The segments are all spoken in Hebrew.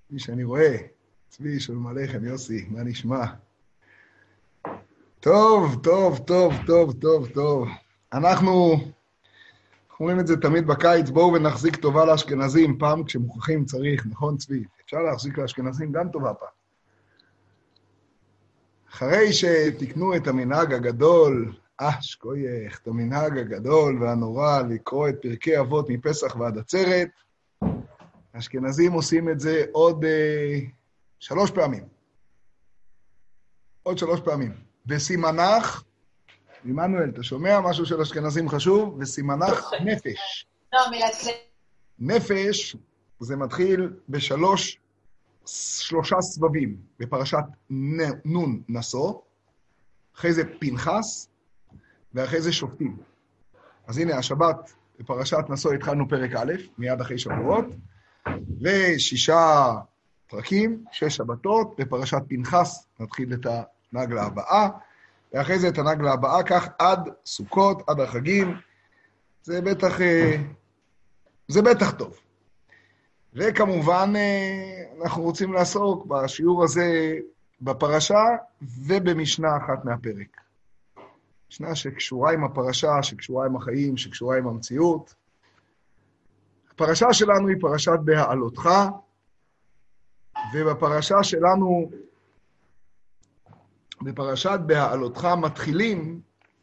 כפי שאני רואה, צבי, שלום עליכם, יוסי, מה נשמע? טוב, טוב, טוב, טוב, טוב, טוב. אנחנו אומרים את זה תמיד בקיץ, בואו ונחזיק טובה לאשכנזים, פעם כשמוכרחים צריך, נכון צבי? אפשר להחזיק לאשכנזים גם טובה פעם. אחרי שתקנו את המנהג הגדול, שכוייך, את המנהג הגדול והנורא לקרוא את פרקי אבות מפסח ועד עצרת, האשכנזים עושים את זה עוד 3 פעמים. עוד 3 פעמים. וסימנך, עמנואל, אתה שומע משהו של אשכנזים חשוב? וסימנך נפש. לא, מילת זה. נפש, זה מתחיל שלושה סבבים. בפרשת נון נשוא, אחרי זה פנחס, ואחרי זה שופטים. אז הנה, השבת בפרשת נשוא התחלנו פרק א', מיד אחרי שבועות, ו6 פרקים, 6 שבתות, בפרשת פנחס נתחיל את הנגלה הבאה, ואחרי זה את הנגלה הבאה, כך עד סוכות, עד החגים, זה בטח טוב. וכמובן, אנחנו רוצים לעסוק בשיעור הזה בפרשה, ובמשנה אחת מהפרק. משנה שקשורה עם הפרשה, שקשורה עם החיים, שקשורה עם המציאות. הפרשה שלנו היא פרשת בהעלותך, ובפרשה שלנו, בפרשת בהעלותך מתחילים,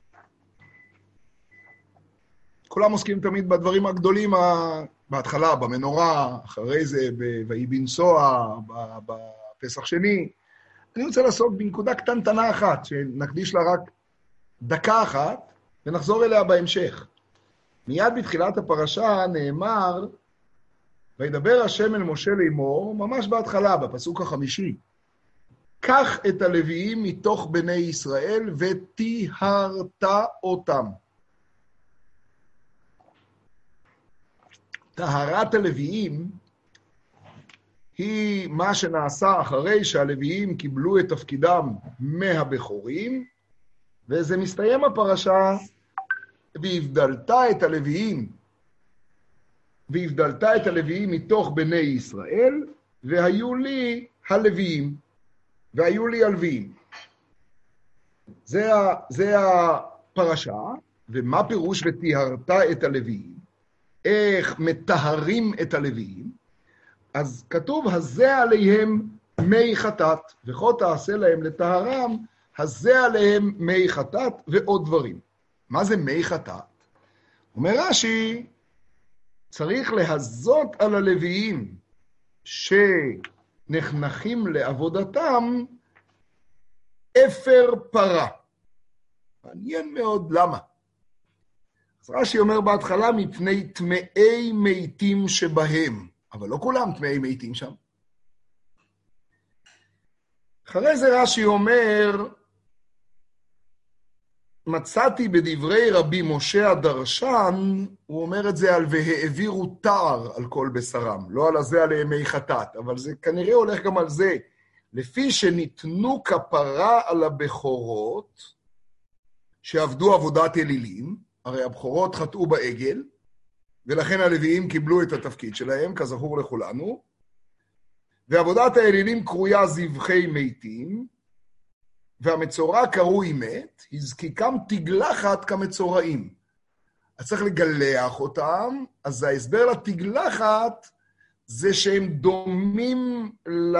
כולם עוסקים תמיד בדברים הגדולים, בהתחלה, במנורה, אחרי זה, ויהי בנסוע, בפסח שני. אני רוצה לעסוק בנקודה קטנטנה אחת, שנקדיש לה רק דקה אחת, ונחזור אליה בהמשך. מיד בתחילת הפרשה נאמר, וידבר השם אל משה לאמור, ממש בהתחלה, בפסוק 5, קח את הלוויים מתוך בני ישראל וטיהרת אותם. טהרת הלוויים היא מה שנעשה אחרי שהלוויים קיבלו את תפקידם מהבכורים, וזה מסתיים הפרשה, והבדלת את הלוויים מתוך בני ישראל, והיו לי הלוויים, והיו לי הלוויים. זה הפרשה, ומה פירוש וטיהרת את הלוויים? איך מטהרים את הלוויים? אז כתוב, הזה עליהם מי חטאת, וכה תעשה להם לטהרם, הזה עליהם מי חטאת ועוד דברים. מה זה מי חטאת? אומר רש"י, צריך להזות על הלוויים שנחנכים לעבודתם אפר פרה. מעניין מאוד למה. אז רש"י אומר בהתחלה, מפני טמאי מתים שבהם. אבל לא כולם טמאי מתים שם. אחרי זה רש"י אומר, מצאתי בדברי רבי משה הדרשן, הוא אומר את זה על והעבירו תער על כל בשרם, לא על הזה עליהם מי חטאת, אבל זה כנראה הולך גם על זה, לפי שניתנו כפרה על הבכורות, שעבדו עבודת אלילים, הרי הבכורות חטאו בעגל, ולכן הלוויים קיבלו את התפקיד שלהם, כזכור לכולנו, ועבודת האלילים קרויה זבחי מתים, והמצורע קרוי מת, הזקיקם תגלחת כמצורעים. אז צריך לגלח אותם, אז ההסבר לתגלחת, זה שהם דומים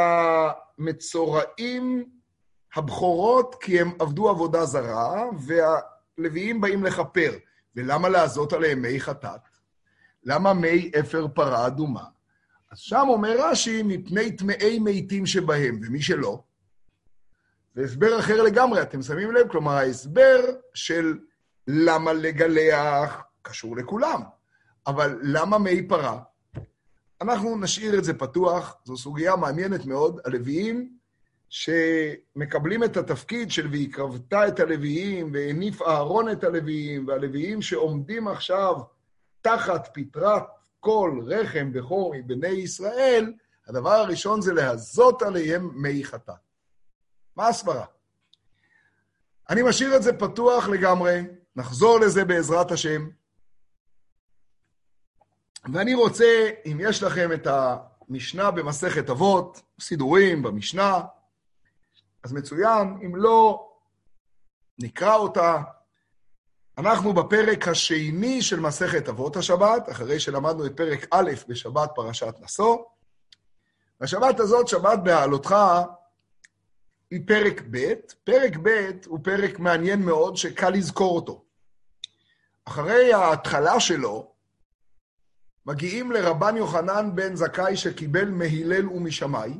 למצורעים הבכורות, כי הם עבדו עבודה זרה, והלוויים באים לחפר. ולמה לעזות עליהם מי חטאת? למה מי אפר פרה אדומה? אז שם אומר רש"י, מפני טמאי מתים שבהם, ומי שלא. זה הסבר אחר לגמרי, אתם שמים לב? כלומר, ההסבר של למה לגלח קשור לכולם, אבל למה מי פרה? אנחנו נשאיר את זה פתוח, זו סוגיה מעניינת מאוד, הלוויים שמקבלים את התפקיד של והקרבת את הלוויים, והניף אהרון את הלוויים, והלוויים שעומדים עכשיו תחת פטרת כל רחם בכור מבני ישראל, הדבר הראשון זה להזות עליהם מי חטאת. מה הסברה? אני משאיר את זה פתוח לגמרי, נחזור לזה בעזרת השם, ואני רוצה, אם יש לכם את משנה במסכת אבות, סידורים במשנה, אז מצוין, אם לא נקרא אותה, אנחנו בפרק השני של מסכת אבות השבת, אחרי שלמדנו את פרק א' בשבת פרשת נשוא. השבת הזאת, שבת בהעלותך, היא פרק ב'. פרק ב' הוא פרק מעניין מאוד שקל לזכור אותו. אחרי ההתחלה שלו, מגיעים לרבן יוחנן בן זכאי שקיבל מהלל ומשמאי.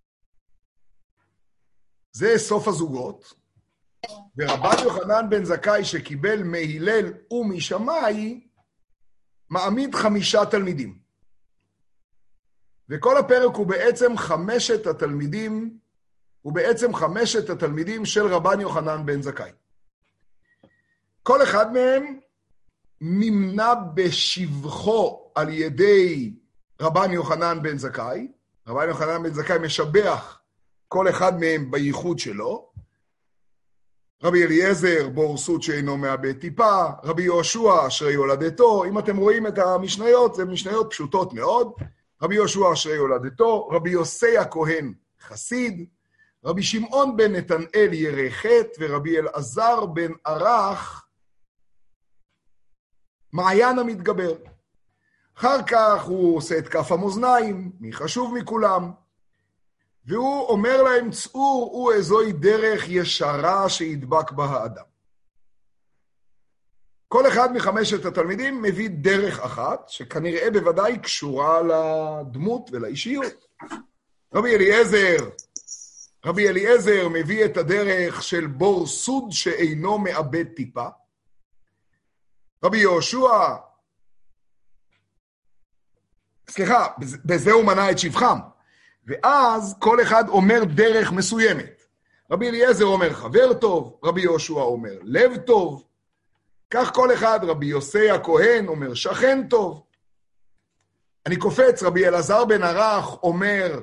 זה סוף הזוגות. ורבן יוחנן בן זכאי שקיבל מהלל ומשמאי, מעמיד 5 תלמידים. וכל הפרק הוא בעצם 5 התלמידים, הוא בעצם 5 התלמידים של רבן יוחנן בן זכאי. כל אחד מהם נמנה בשבחו על ידי רבן יוחנן בן זכאי. רבן יוחנן בן זכאי משבח כל אחד מהם בייחוד שלו. רבי אליעזר, בור סוד שאינו מאבד טיפה, רבי יהושע, אשרי הולדתו. אם אתם רואים את המשניות, זה משניות פשוטות מאוד. רבי יהושע, אשרי הולדתו, רבי יוסי הכהן, חסיד, רבי שמעון בן נתנאל, ירא חטא, ורבי אלעזר בן ערך, מעיין המתגבר. אחר כך הוא עושה את כף המאזניים, מי חשוב מכולם, והוא אומר להם, צאו הוא איזוהי דרך ישרה שידבק בה האדם. כל אחד מ5 התלמידים מביא דרך אחת, שכנראה בוודאי קשורה לדמות ולאישיות. רבי אליעזר מביא את הדרך של בור סוד שאינו מאבד טיפה. רבי יהושע, בזה הוא מנה את שבחם. ואז כל אחד אומר דרך מסוימת. רבי אליעזר אומר חבר טוב, רבי יהושע אומר לב טוב, כך כל אחד, רבי יוסי הכהן אומר שכן טוב. אני קופץ, רבי אלעזר בן ערך אומר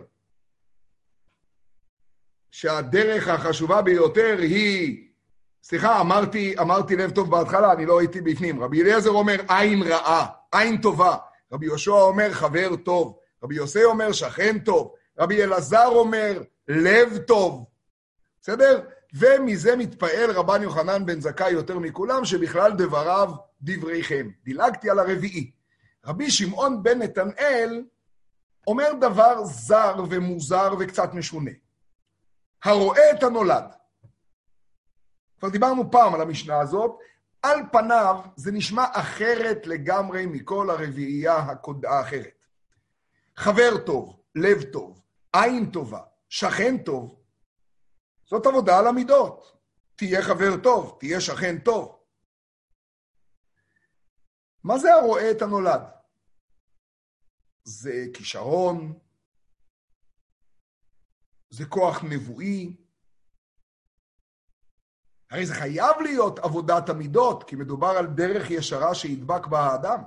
שהדרך החשובה ביותר היא, אמרתי לב טוב בהתחלה, אני לא הייתי בפנים. רבי אליעזר אומר עין רעה, עין טובה. רבי יהושע אומר חבר טוב, רבי יוסי אומר שכן טוב, רבי אלעזר אומר לב טוב. בסדר? ומזה מתפעל רבן יוחנן בן זכאי יותר מכולם, שבכלל דבריו דבריכם. דילגתי על הרביעי. רבי שמעון בן נתנאל אומר דבר זר ומוזר וקצת משונה. הרואה את הנולד. כבר דיברנו פעם על המשנה הזאת, על פניו זה נשמע אחרת לגמרי מכל הרביעייה האחרת. חבר טוב, לב טוב, עין טובה, שכן טוב, זאת עבודה על המידות. תהיה חבר טוב, תהיה שכן טוב. מה זה הרואה את הנולד? זה כישרון, זה כוח נבואי. הרי זה חייב להיות עבודת המידות, כי מדובר על דרך ישרה שידבק בה האדם.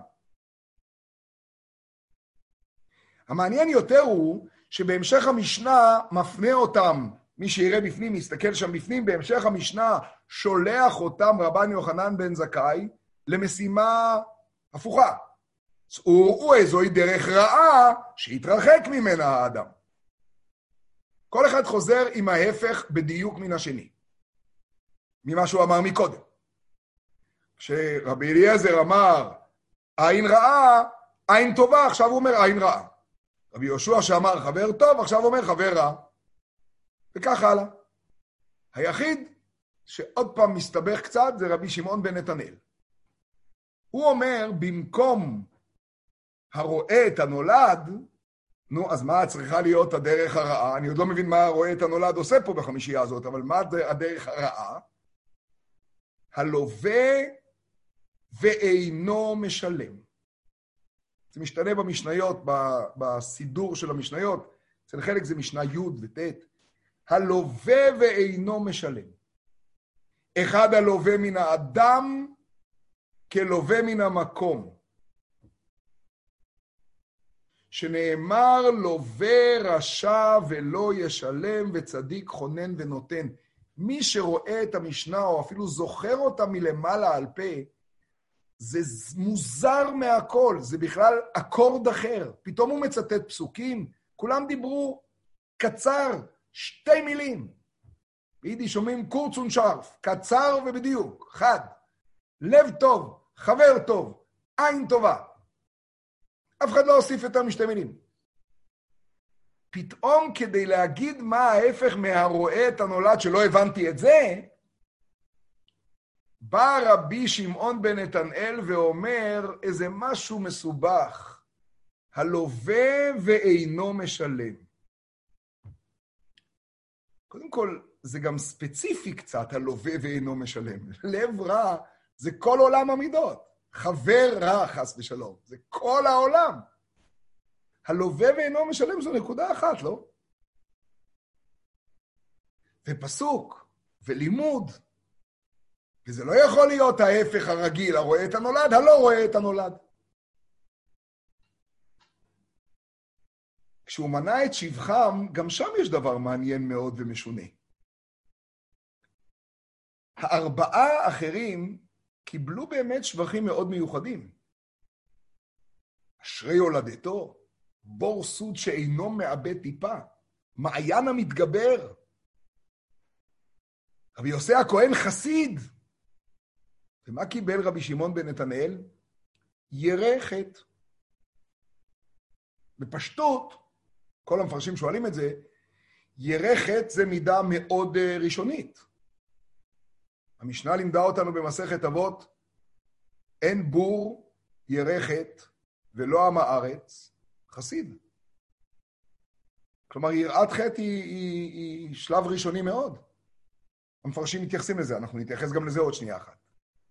המעניין יותר הוא שבהמשך המשנה מפנה אותם, מי שיראה בפנים, יסתכל שם בפנים, בהמשך המשנה שולח אותם רבן יוחנן בן זכאי למשימה הפוכה. הוא איזוהי דרך רעה שיתרחק ממנה האדם. כל אחד חוזר עם ההפך בדיוק מן השני, ממה שהוא אמר מקודם. כשרבי אליעזר אמר עין רעה, עין טובה, עכשיו הוא אומר עין רעה. רבי יהושע שאמר חבר טוב, עכשיו הוא אומר חבר רע. וכך הלאה. היחיד שעוד פעם מסתבך קצת זה רבי שמעון בן נתנאל. הוא אומר, במקום הרואה את הנולד, נו, אז מה צריכה להיות הדרך הרעה? אני עוד לא מבין מה הרואה את הנולד עושה פה בחמישייה הזאת, אבל מה הדרך הרעה? הלווה ואינו משלם. זה משתנה במשניות, בסידור של המשניות. אצל חלק זה משנה י' וט'. הלווה ואינו משלם. אחד הלווה מן האדם כלווה מן המקום. שנאמר לווה רשע ולא ישלם וצדיק חונן ונותן. מי שרואה את המשנה או אפילו זוכר אותה מלמעלה על פה, זה מוזר מהכל, זה בכלל אקורד אחר. פתאום הוא מצטט פסוקים, כולם דיברו קצר, 2 מילים. ביידיש שומעים קורץ ושרף, קצר ובדיוק, חד. לב טוב, חבר טוב, עין טובה. אף אחד לא הוסיף יותר מ2 מילים. פתאום כדי להגיד מה ההפך מהרואה את הנולד, שלא הבנתי את זה, בא רבי שמעון בן נתנאל ואומר איזה משהו מסובך, הלווה ואינו משלם. קודם כל, זה גם ספציפי קצת, הלווה ואינו משלם. לב רע זה כל עולם המידות. חבר רע, חס ושלום. זה כל העולם. הלווה ואינו משלם זו נקודה אחת, לא? ופסוק, ולימוד. וזה לא יכול להיות ההפך הרגיל, הרואה את הנולד, הלא רואה את הנולד. כשהוא מנה את שבחם, גם שם יש דבר מעניין מאוד ומשונה. 4 אחרים קיבלו באמת שבחים מאוד מיוחדים. אשרי הולדתו, בור סוד שאינו מאבד טיפה, מעיין המתגבר. רבי יוסי הכהן חסיד. ומה קיבל רבי שמעון בן נתנאל? ירחת. בפשטות, כל המפרשים שואלים את זה, ירחת זה מידה מאוד ראשונית. המשנה לימדה אותנו במסכת אבות, אין בור ירחת ולא עם הארץ, חסיד. כלומר, יראת חטא היא שלב ראשוני מאוד. המפרשים מתייחסים לזה, אנחנו נתייחס גם לזה עוד שנייה אחת.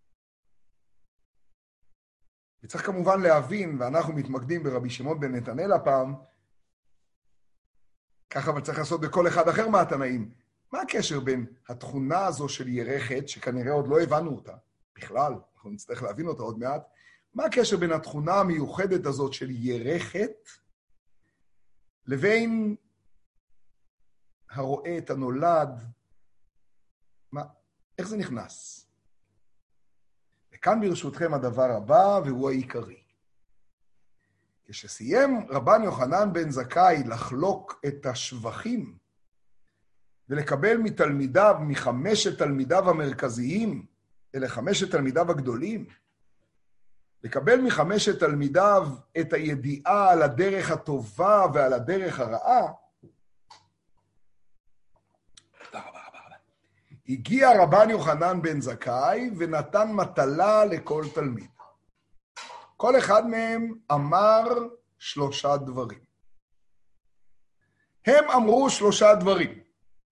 וצריך כמובן להבין, ואנחנו מתמקדים ברבי שמעון בן נתנאל הפעם, ככה אבל צריך לעשות בכל אחד אחר מהתנאים. מה הקשר בין התכונה הזו של ירחת, שכנראה עוד לא הבנו אותה, בכלל, אנחנו נצטרך להבין אותה עוד מעט, מה הקשר בין התכונה המיוחדת הזאת של ירחת, לבין הרואה את הנולד, איך זה נכנס? וכאן ברשותכם הדבר הבא, והוא העיקרי. כשסיים רבן יוחנן בן זכאי לחלוק את השבחים, ולקבל מתלמידיו, מ5 תלמידיו המרכזיים, אלה 5 תלמידיו הגדולים, לקבל מ5 תלמידיו את הידיעה על הדרך הטובה ועל הדרך הרעה, הגיע רבן יוחנן בן זכאי ונתן מטלה לכל תלמיד. כל אחד מהם אמר 3 דברים. הם אמרו 3 דברים.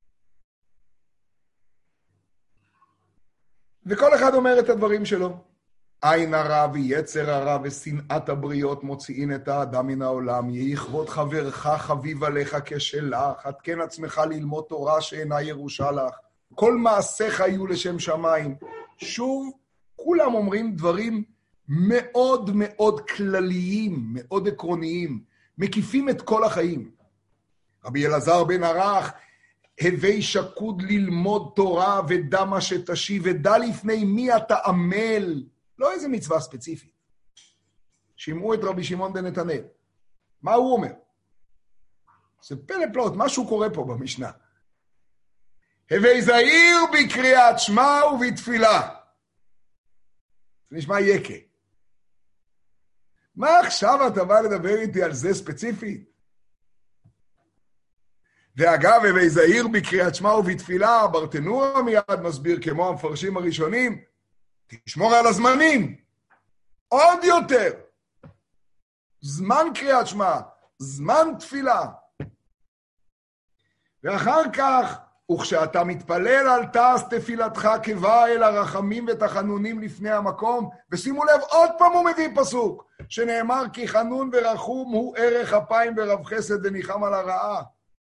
וכל אחד אומר את הדברים שלו. עין הרע ויצר הרע ושנאת הבריות מוציאין את האדם מן העולם. יהי כבוד חברך חביב עליך כשלך. התקן עצמך ללמוד תורה שאינה ירושה לך. כל מעשיך יהיו לשם שמיים. שוב, כולם אומרים דברים מאוד מאוד כלליים, מאוד עקרוניים, מקיפים את כל החיים. רבי אלעזר בן ערך, הווי שקוד ללמוד תורה ודע מה שתשיב, ודע לפני מי אתה עמל. לא איזה מצווה ספציפית. שמעו את רבי שמעון בן נתנאל. מה הוא אומר? זה פלא פלאות, משהו קורה פה במשנה. הווי זהיר בקריאת שמע ובתפילה. זה נשמע יקה. מה עכשיו אתה בא לדבר איתי על זה ספציפית? ואגב, הווי זהיר בקריאת שמע ובתפילה, ברטנורה מיד מסביר כמו המפרשים הראשונים, תשמור על הזמנים. עוד יותר. זמן קריאת שמע, זמן תפילה. ואחר כך, וכשאתה מתפלל על תעש תפילתך כבא אל הרחמים ותחנונים לפני המקום, ושימו לב, עוד פעם הוא מביא פסוק, שנאמר כי חנון ורחום הוא ערך אפיים ורב חסד וניחם על הרעה.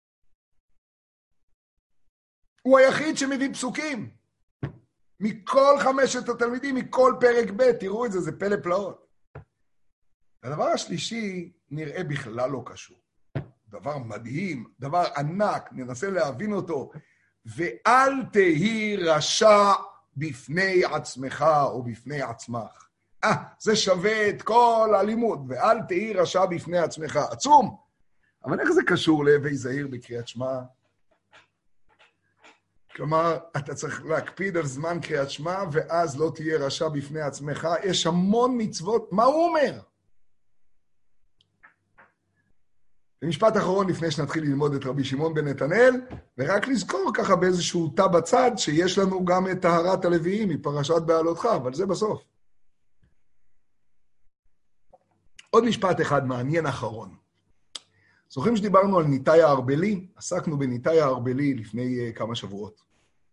הוא היחיד שמביא פסוקים. מכל 5 התלמידים, מכל פרק ב', תראו את זה, זה פלא פלאות. הדבר השלישי נראה בכלל לא קשור. דבר מדהים, דבר ענק, ננסה להבין אותו. ואל תהי רשע בפני עצמך או בפני עצמך. זה שווה את כל הלימוד, ואל תהי רשע בפני עצמך. עצום. אבל איך זה קשור להווי זהיר בקריאת שמע? כלומר, אתה צריך להקפיד על זמן קריאת שמע, ואז לא תהיה רשע בפני עצמך. יש המון מצוות. מה הוא אומר? ומשפט אחרון לפני שנתחיל ללמוד את רבי שמעון בן נתנאל, ורק לזכור ככה באיזשהו תא בצד, שיש לנו גם את טהרת הלוויים מפרשת בעלותך, אבל זה בסוף. עוד משפט אחד מעניין אחרון. זוכרים שדיברנו על ניתאי הארבלי? עסקנו בניתאי הארבלי לפני כמה שבועות.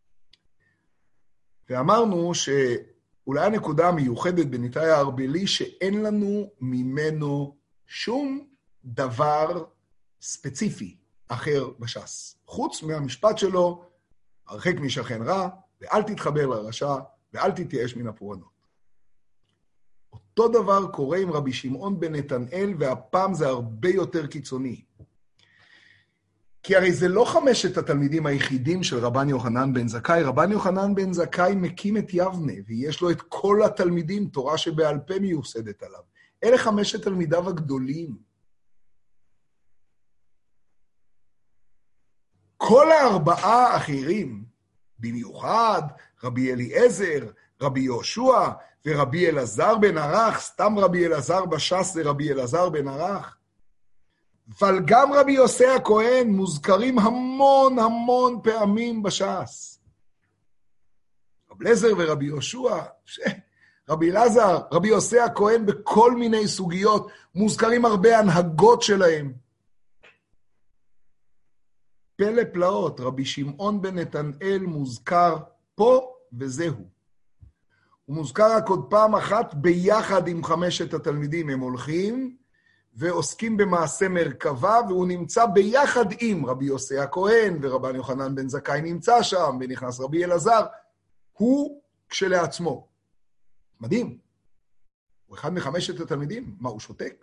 ואמרנו שאולי הנקודה המיוחדת בניתאי הארבלי, שאין לנו ממנו שום דבר ספציפי אחר בש"ס. חוץ מהמשפט שלו, הרחק משכן רע, ואל תתחבר לרשע, ואל תתייאש מן הפורענות. אותו דבר קורה עם רבי שמעון בן נתנאל, והפעם זה הרבה יותר קיצוני. כי הרי זה לא 5 התלמידים היחידים של רבן יוחנן בן זכאי. רבן יוחנן בן זכאי מקים את יבנה, ויש לו את כל התלמידים, תורה שבעל פה מיוסדת עליו. אלה 5 תלמידיו הגדולים. כל 4 האחרים, במיוחד רבי אליעזר, רבי יהושע ורבי אלעזר בן ערך, סתם רבי אלעזר בש"ס זה רבי אלעזר בן ערך, אבל גם רבי יוסי הכהן מוזכרים המון המון פעמים בש"ס. רבי אלעזר ורבי יהושע, רבי אלעזר, רבי יוסי הכהן בכל מיני סוגיות, מוזכרים הרבה הנהגות שלהם. פלא פלאות, רבי שמעון בן נתנאל מוזכר פה וזהו. הוא מוזכר רק עוד פעם אחת ביחד עם 5 התלמידים. הם הולכים ועוסקים במעשה מרכבה, והוא נמצא ביחד עם רבי יוסי הכהן, ורבן יוחנן בן זכאי נמצא שם, ונכנס רבי אלעזר. הוא כשלעצמו. מדהים. הוא אחד מ5 התלמידים. מה, הוא שותק?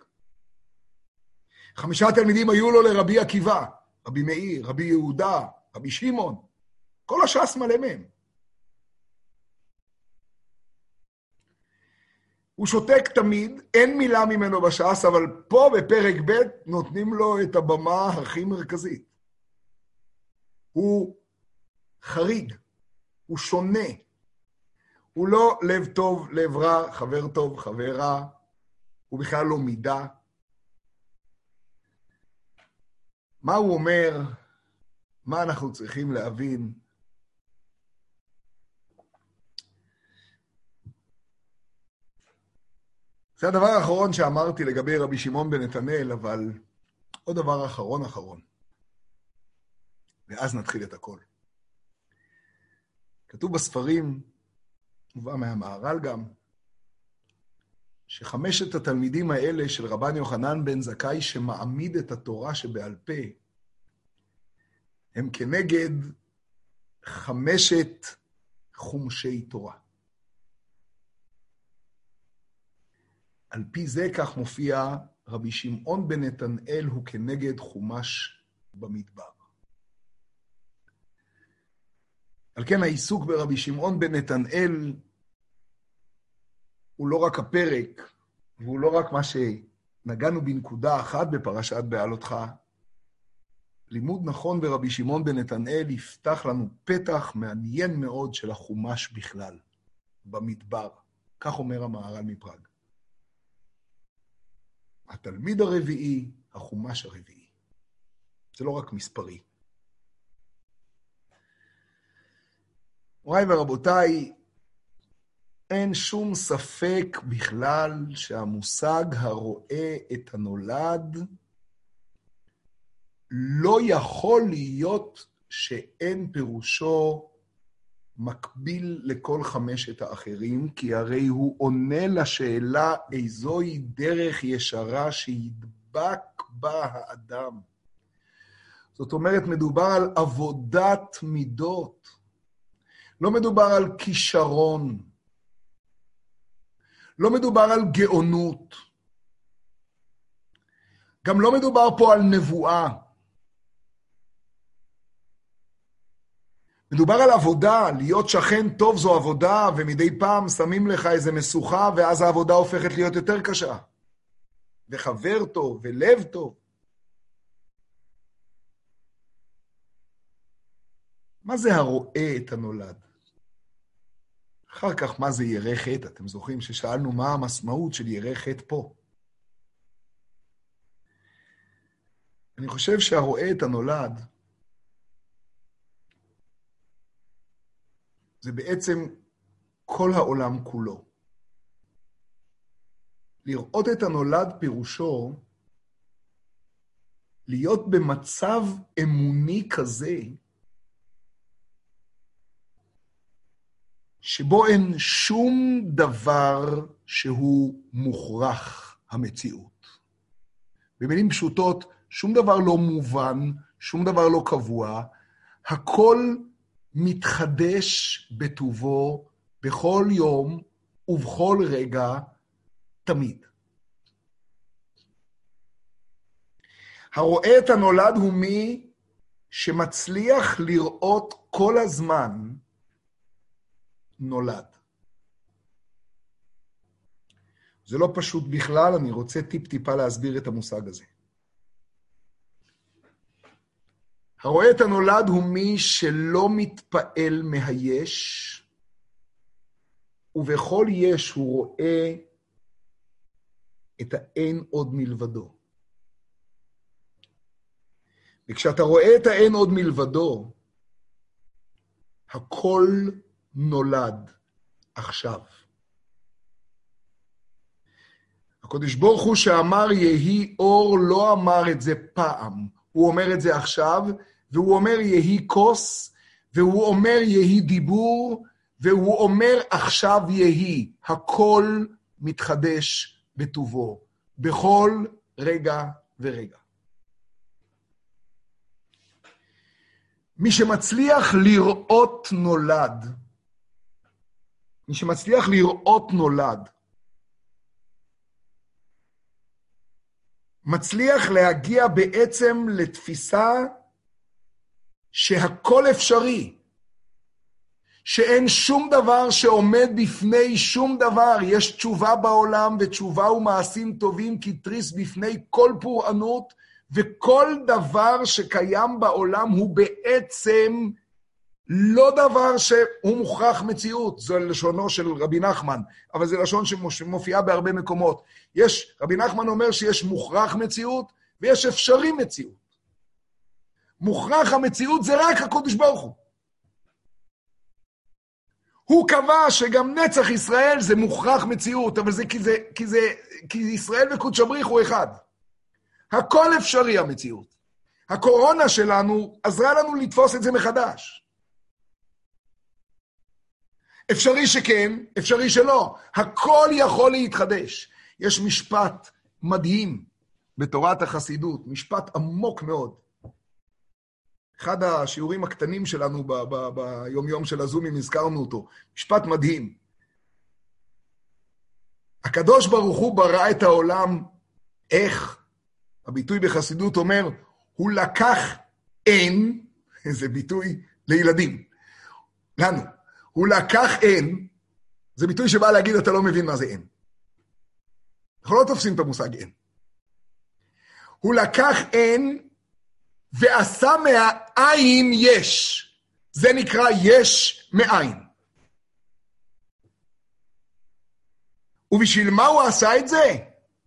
5 התלמידים היו לו לרבי עקיבא, רבי מאיר, רבי יהודה, רבי שמעון. כל הש"ס מלא מהם. הוא שותק תמיד, אין מילה ממנו בש"ס, אבל פה בפרק ב' נותנים לו את הבמה הכי מרכזית. הוא חריג, הוא שונה. הוא לא לב טוב, לב רע, חבר טוב, חבר רע. הוא בכלל לא מידה. מה הוא אומר? מה אנחנו צריכים להבין? זה הדבר האחרון שאמרתי לגבי רבי שמעון בן נתנאל, אבל עוד דבר אחרון. ואז נתחיל את הכל. כתוב בספרים, מובא מהמהר"ל גם, ש5 התלמידים האלה של רבן יוחנן בן זכאי שמעמיד את התורה שבעל פה, הם כנגד 5 חומשי תורה. על פי זה כך מופיע רבי שמעון בן נתנאל הוא כנגד חומש במדבר. על כן העיסוק ברבי שמעון בן נתנאל הוא לא רק הפרק, והוא לא רק מה שנגענו בנקודה אחת בפרשת בעלותך. לימוד נכון ברבי שמעון בן נתנאל יפתח לנו פתח מעניין מאוד של החומש בכלל, במדבר. כך אומר המהר"ל מפראג. התלמיד הרביעי, החומש הרביעי. זה לא רק מספרי. מוריי ורבותיי, אין שום ספק בכלל שהמושג הרואה את הנולד לא יכול להיות שאין פירושו מקביל לכל 5 האחרים, כי הרי הוא עונה לשאלה איזוהי דרך ישרה שידבק בה האדם. זאת אומרת, מדובר על עבודת מידות. לא מדובר על כישרון. לא מדובר על גאונות. גם לא מדובר פה על נבואה. מדובר על עבודה, להיות שכן טוב זו עבודה, ומדי פעם שמים לך איזה משוכה, ואז העבודה הופכת להיות יותר קשה. וחבר טוב, ולב טוב. מה זה הרואה את הנולד? אחר כך, מה זה ירא חטא? אתם זוכרים ששאלנו מה המשמעות של ירא חטא פה. אני חושב שהרואה את הנולד, זה בעצם כל העולם כולו. לראות את הנולד פירושו, להיות במצב אמוני כזה, שבו אין שום דבר שהוא מוכרח המציאות. במילים פשוטות, שום דבר לא מובן, שום דבר לא קבוע, הכל מתחדש בטובו בכל יום ובכל רגע, תמיד. הרואה את הנולד הוא מי שמצליח לראות כל הזמן נולד. זה לא פשוט בכלל, אני רוצה טיפה להסביר את המושג הזה. הרואה את הנולד הוא מי שלא מתפעל מהיש, ובכל יש הוא רואה את האין עוד מלבדו. וכשאתה רואה את האין עוד מלבדו, הכל נולד עכשיו. הקדוש ברוך הוא שאמר יהי אור לא אמר את זה פעם, הוא אומר את זה עכשיו, והוא אומר יהי כוס, והוא אומר יהי דיבור, והוא אומר עכשיו יהי. הכל מתחדש בטובו, בכל רגע ורגע. מי שמצליח לראות נולד, מי שמצליח לראות נולד, מצליח להגיע בעצם לתפיסה שהכל אפשרי, שאין שום דבר שעומד בפני שום דבר, יש תשובה בעולם ותשובה ומעשים טובים כי תריס בפני כל פורענות, וכל דבר שקיים בעולם הוא בעצם לא דבר שהוא מוכרח מציאות. זו לשונו של רבי נחמן, אבל זה לשון שמופיעה בהרבה מקומות. רבי נחמן אומר שיש מוכרח מציאות ויש אפשרי מציאות. מוכרח המציאות זה רק הקדוש ברוך הוא. הוא קבע שגם נצח ישראל זה מוכרח מציאות, אבל זה כי ישראל וקודש הבריך הוא אחד. הכל אפשרי המציאות. הקורונה שלנו עזרה לנו לתפוס את זה מחדש. אפשרי שכן, אפשרי שלא. הכל יכול להתחדש. יש משפט מדהים בתורת החסידות, משפט עמוק מאוד. אחד השיעורים הקטנים שלנו ביום-יום של הזומים, הזכרנו אותו. משפט מדהים. הקדוש ברוך הוא ברא את העולם, איך? הביטוי בחסידות אומר, הוא לקח אין, זה ביטוי לילדים, לנו. הוא לקח אין, זה ביטוי שבא להגיד, אתה לא מבין מה זה אין. אנחנו לא תופסים את המושג אין. הוא לקח אין, ועשה מהעין יש. זה נקרא יש מאין. ובשביל מה הוא עשה את זה?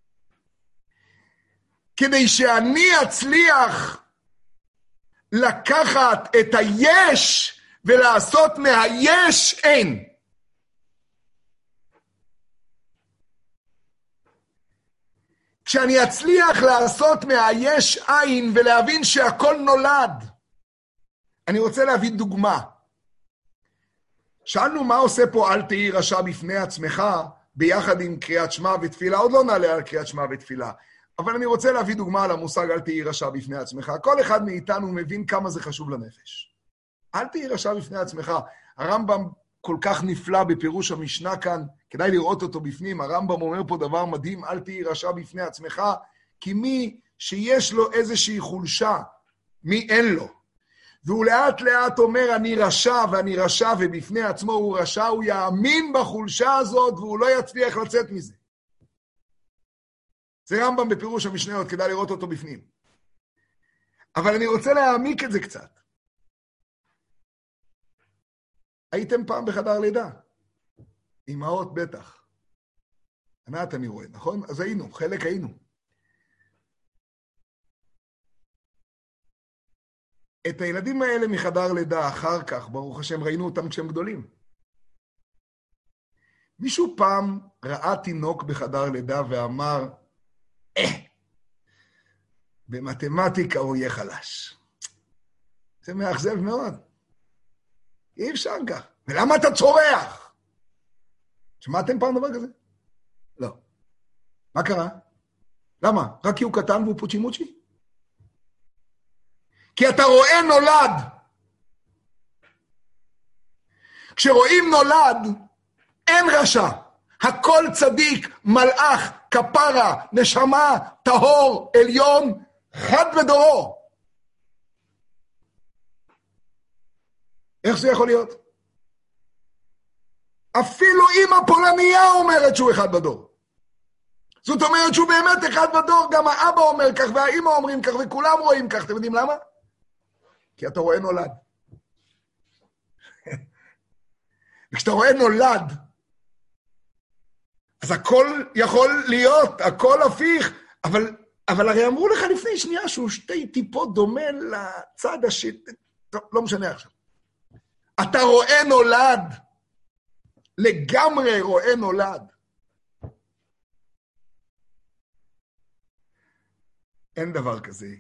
כדי שאני אצליח לקחת את היש ולעשות מהיש אין. כשאני אצליח לעשות מהיש אין ולהבין שהכל נולד. אני רוצה להביא דוגמה. שאלנו מה עושה פה אל תהי רשע בפני עצמך ביחד עם קריאת שמע ותפילה. עוד לא נעלה על קריאת שמע ותפילה. אבל אני רוצה להביא דוגמה על המושג אל תהי רשע בפני עצמך. כל אחד מאיתנו מבין כמה זה חשוב לנפש. אל תהי רשע בפני עצמך. הרמב"ם כל כך נפלא בפירוש המשנה כאן, כדאי לראות אותו בפנים. הרמב"ם אומר פה דבר מדהים, אל תהי רשע בפני עצמך, כי מי שיש לו איזושהי חולשה, מי אין לו? והוא לאט לאט אומר, אני רשע ואני רשע, ובפני עצמו הוא רשע, הוא יאמין בחולשה הזאת, והוא לא יצליח לצאת מזה. זה רמב"ם בפירוש המשניות, כדאי לראות אותו בפנים. אבל אני רוצה להעמיק את זה קצת. הייתם פעם בחדר לידה. אמהות בטח. ענת אני רואה, נכון? אז היינו, חלק היינו. את הילדים האלה מחדר לידה אחר כך, ברוך השם, ראינו אותם כשהם גדולים. מישהו פעם ראה תינוק בחדר לידה ואמר, במתמטיקה הוא יהיה חלש. זה מאכזב מאוד. אי אפשר כך. ולמה אתה צורח? שמעתם פעם דבר כזה? לא. מה קרה? למה? רק כי הוא קטן והוא פוצ'ימוצ'י? כי אתה רואה נולד. כשרואים נולד, אין רשע. הכל צדיק, מלאך, כפרה, נשמה, טהור, עליון, חד בדורו. איך זה יכול להיות? אפילו אמא פולניה אומרת שהוא אחד בדור. זאת אומרת שהוא באמת אחד בדור, גם האבא אומר כך והאמא אומרים כך וכולם רואים כך. אתם יודעים למה? כי אתה רואה נולד. וכשאתה רואה נולד, אז הכל יכול להיות, הכל הפיך, אבל הרי אמרו לך לפני שנייה שהוא שתי טיפות דומה לצד השני, טוב, לא משנה עכשיו. אתה רואה נולד, לגמרי רואה נולד. אין דבר כזה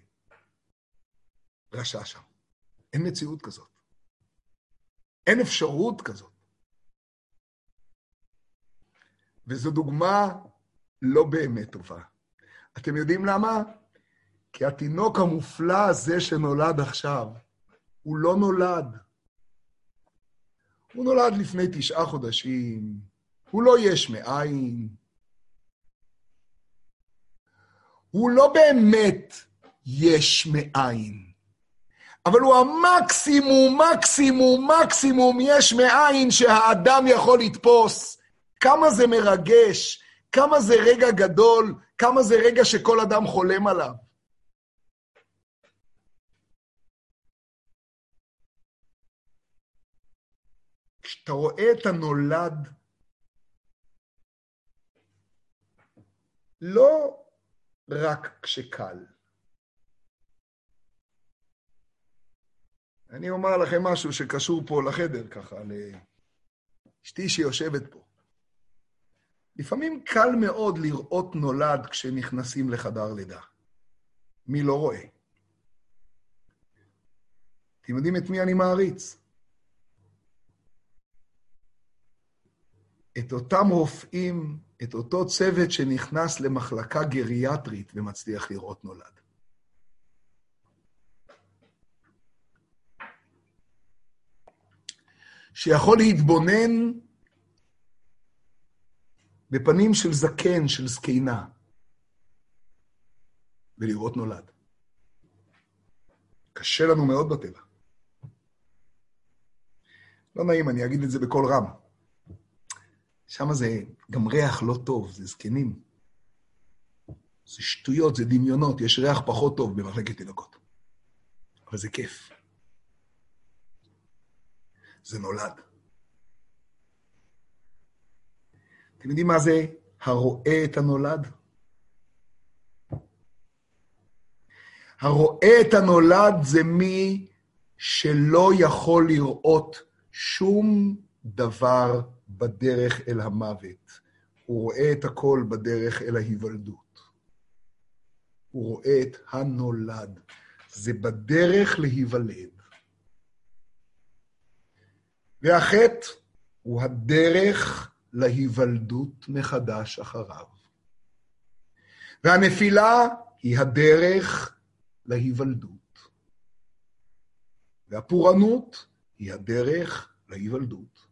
רשע שם. אין מציאות כזאת. אין אפשרות כזאת. וזו דוגמה לא באמת טובה. אתם יודעים למה? כי התינוק המופלא הזה שנולד עכשיו, הוא לא נולד. הוא נולד לפני 9 חודשים, הוא לא יש מאין. הוא לא באמת יש מאין. אבל הוא המקסימום, מקסימום, מקסימום יש מאין שהאדם יכול לתפוס. כמה זה מרגש, כמה זה רגע גדול, כמה זה רגע שכל אדם חולם עליו. כשאתה רואה את הנולד, לא רק כשקל. אני אומר לכם משהו שקשור פה לחדר, ככה, לאשתי שיושבת פה. לפעמים קל מאוד לראות נולד כשנכנסים לחדר לידה. מי לא רואה? אתם יודעים את מי אני מעריץ? את אותם רופאים, את אותו צוות שנכנס למחלקה גריאטרית ומצליח לראות נולד. שיכול להתבונן בפנים של זקן, של זקנה, ולראות נולד. קשה לנו מאוד בטבע. לא נעים, אני אגיד את זה בקול רם. שם זה גם ריח לא טוב, זה זקנים. זה שטויות, זה דמיונות, יש ריח פחות טוב במחלקת תינוקות. אבל זה כיף. זה נולד. אתם יודעים מה זה הרואה את הנולד? הרואה את הנולד זה מי שלא יכול לראות שום דבר בדרך אל המוות. הוא רואה את הכל בדרך אל ההיוולדות. הוא רואה את הנולד. זה בדרך להיוולד. והחטא הוא הדרך להיוולדות מחדש אחריו. והנפילה היא הדרך להיוולדות. והפורענות היא הדרך להיוולדות.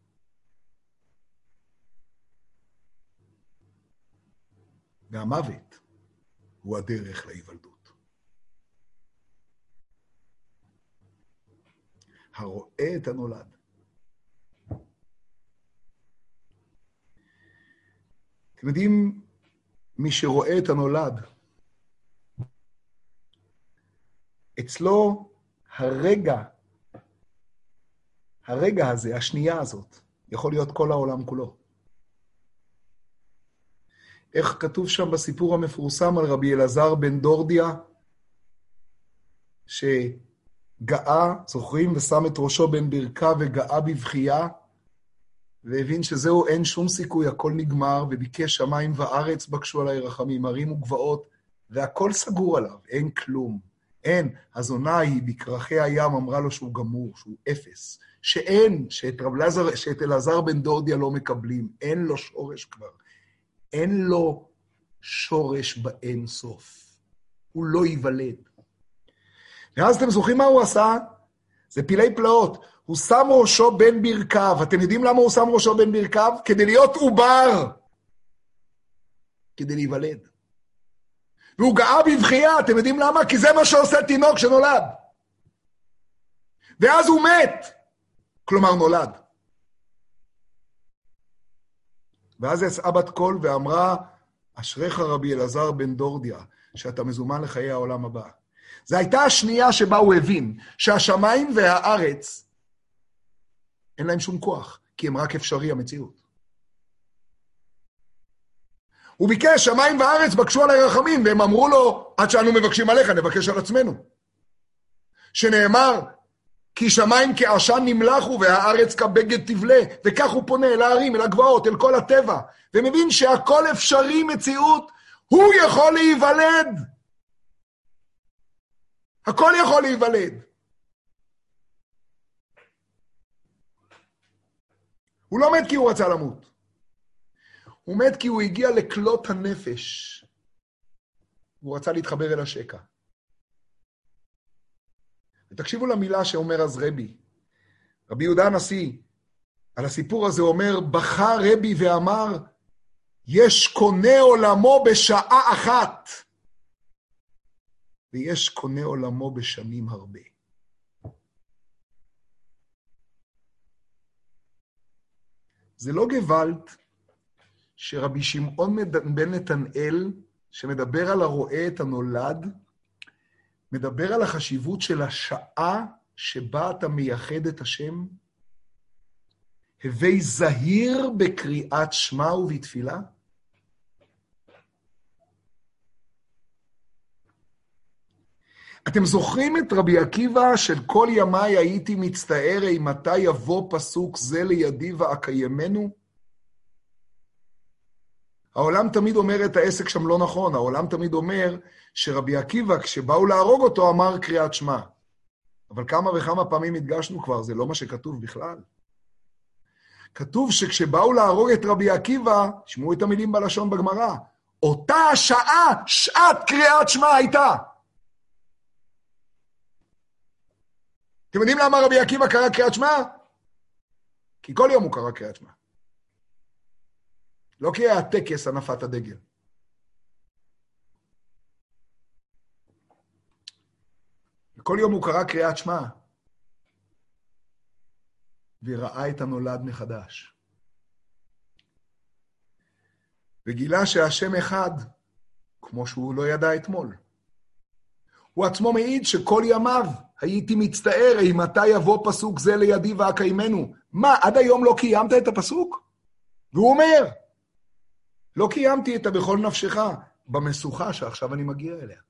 והמוות הוא הדרך להיוולדות. הרואה את הנולד. אתם יודעים, מי שרואה את הנולד, אצלו הרגע הזה, השנייה הזאת, יכול להיות כל העולם כולו. איך כתוב שם בסיפור המפורסם על רבי אלעזר בן דורדיה, שגאה, זוכרים, ושם את ראשו בין ברכה וגאה בבכייה, והבין שזהו, אין שום סיכוי, הכל נגמר, וביקש שמיים וארץ בקשו עליי רחמים, הרים וגבעות, והכל סגור עליו, אין כלום. אין, הזונה היא בקרחי הים אמרה לו שהוא גמור, שהוא אפס, שאין, שאת אלעזר בן דורדיה לא מקבלים, אין לו שורש כבר, אין לו שורש באין סוף, הוא לא ייוולד. ואז אתם זוכרים מה הוא עשה? זה פילי פלאות, הוא שם ראשו בין ברכיו, אתם יודעים למה הוא שם ראשו בין ברכיו? כדי להיות עובר, כדי להיוולד. והוא גאה בבכייה, אתם יודעים למה? כי זה מה שעושה תינוק שנולד. ואז הוא מת, כלומר נולד. ואז יצאה בת קול ואמרה, אשריך רבי אלעזר בן דורדיה, שאתה מזומן לחיי העולם הבא. זו הייתה השנייה שבה הוא הבין, שהשמיים והארץ, אין להם שום כוח, כי הם רק אפשרי המציאות. הוא ביקש, שמיים וארץ בקשו עליי רחמים, והם אמרו לו, עד שאנו מבקשים עליך, נבקש על עצמנו. שנאמר, כי שמיים כעשן נמלחו, והארץ כבגד תבלה, וכך הוא פונה אל הערים, אל הגבעות, אל כל הטבע, ומבין שהכל אפשרי מציאות, הוא יכול להיוולד. הכל יכול להיוולד. הוא לא מת כי הוא רצה למות. הוא מת כי הוא הגיע לכלות הנפש. הוא רצה להתחבר אל השקע. ותקשיבו למילה שאומר אז רבי יהודה הנשיא, על הסיפור הזה אומר, בכה רבי ואמר, יש קונה עולמו בשעה אחת, ויש קונה עולמו בשנים הרבה. זה לא גוואלד שרבי שמעון בן נתנאל, שמדבר על הרואה את הנולד, מדבר על החשיבות של השעה שבה אתה מייחד את השם, הווי זהיר בקריאת שמע ובתפילה. אתם זוכרים את רבי עקיבא של כל ימיי הייתי מצטער מתי יבוא פסוק זה לידי ואקיימנו? העולם תמיד אומר את העסק שם לא נכון, העולם תמיד אומר שרבי עקיבא כשבאו להרוג אותו אמר קריאת שמע. אבל כמה וכמה פעמים הדגשנו כבר, זה לא מה שכתוב בכלל. כתוב שכשבאו להרוג את רבי עקיבא, שמעו את המילים בלשון בגמרא, אותה השעה, שעת קריאת שמע הייתה. אתם יודעים למה רבי עקיבא קרא קריאת שמע? כי כל יום הוא קרא קריאת שמע. לא כי היה טקס הנפת הדגל. וכל יום הוא קרא קריאת שמע, וראה את הנולד מחדש. וגילה שהשם אחד, כמו שהוא לא ידע אתמול. הוא עצמו מעיד שכל ימיו הייתי מצטער, מתי יבוא פסוק זה לידי ואקיימנו. מה, עד היום לא קיימת את הפסוק? והוא אומר, לא קיימתי את בכל נפשך במשוכה שעכשיו אני מגיע אליה.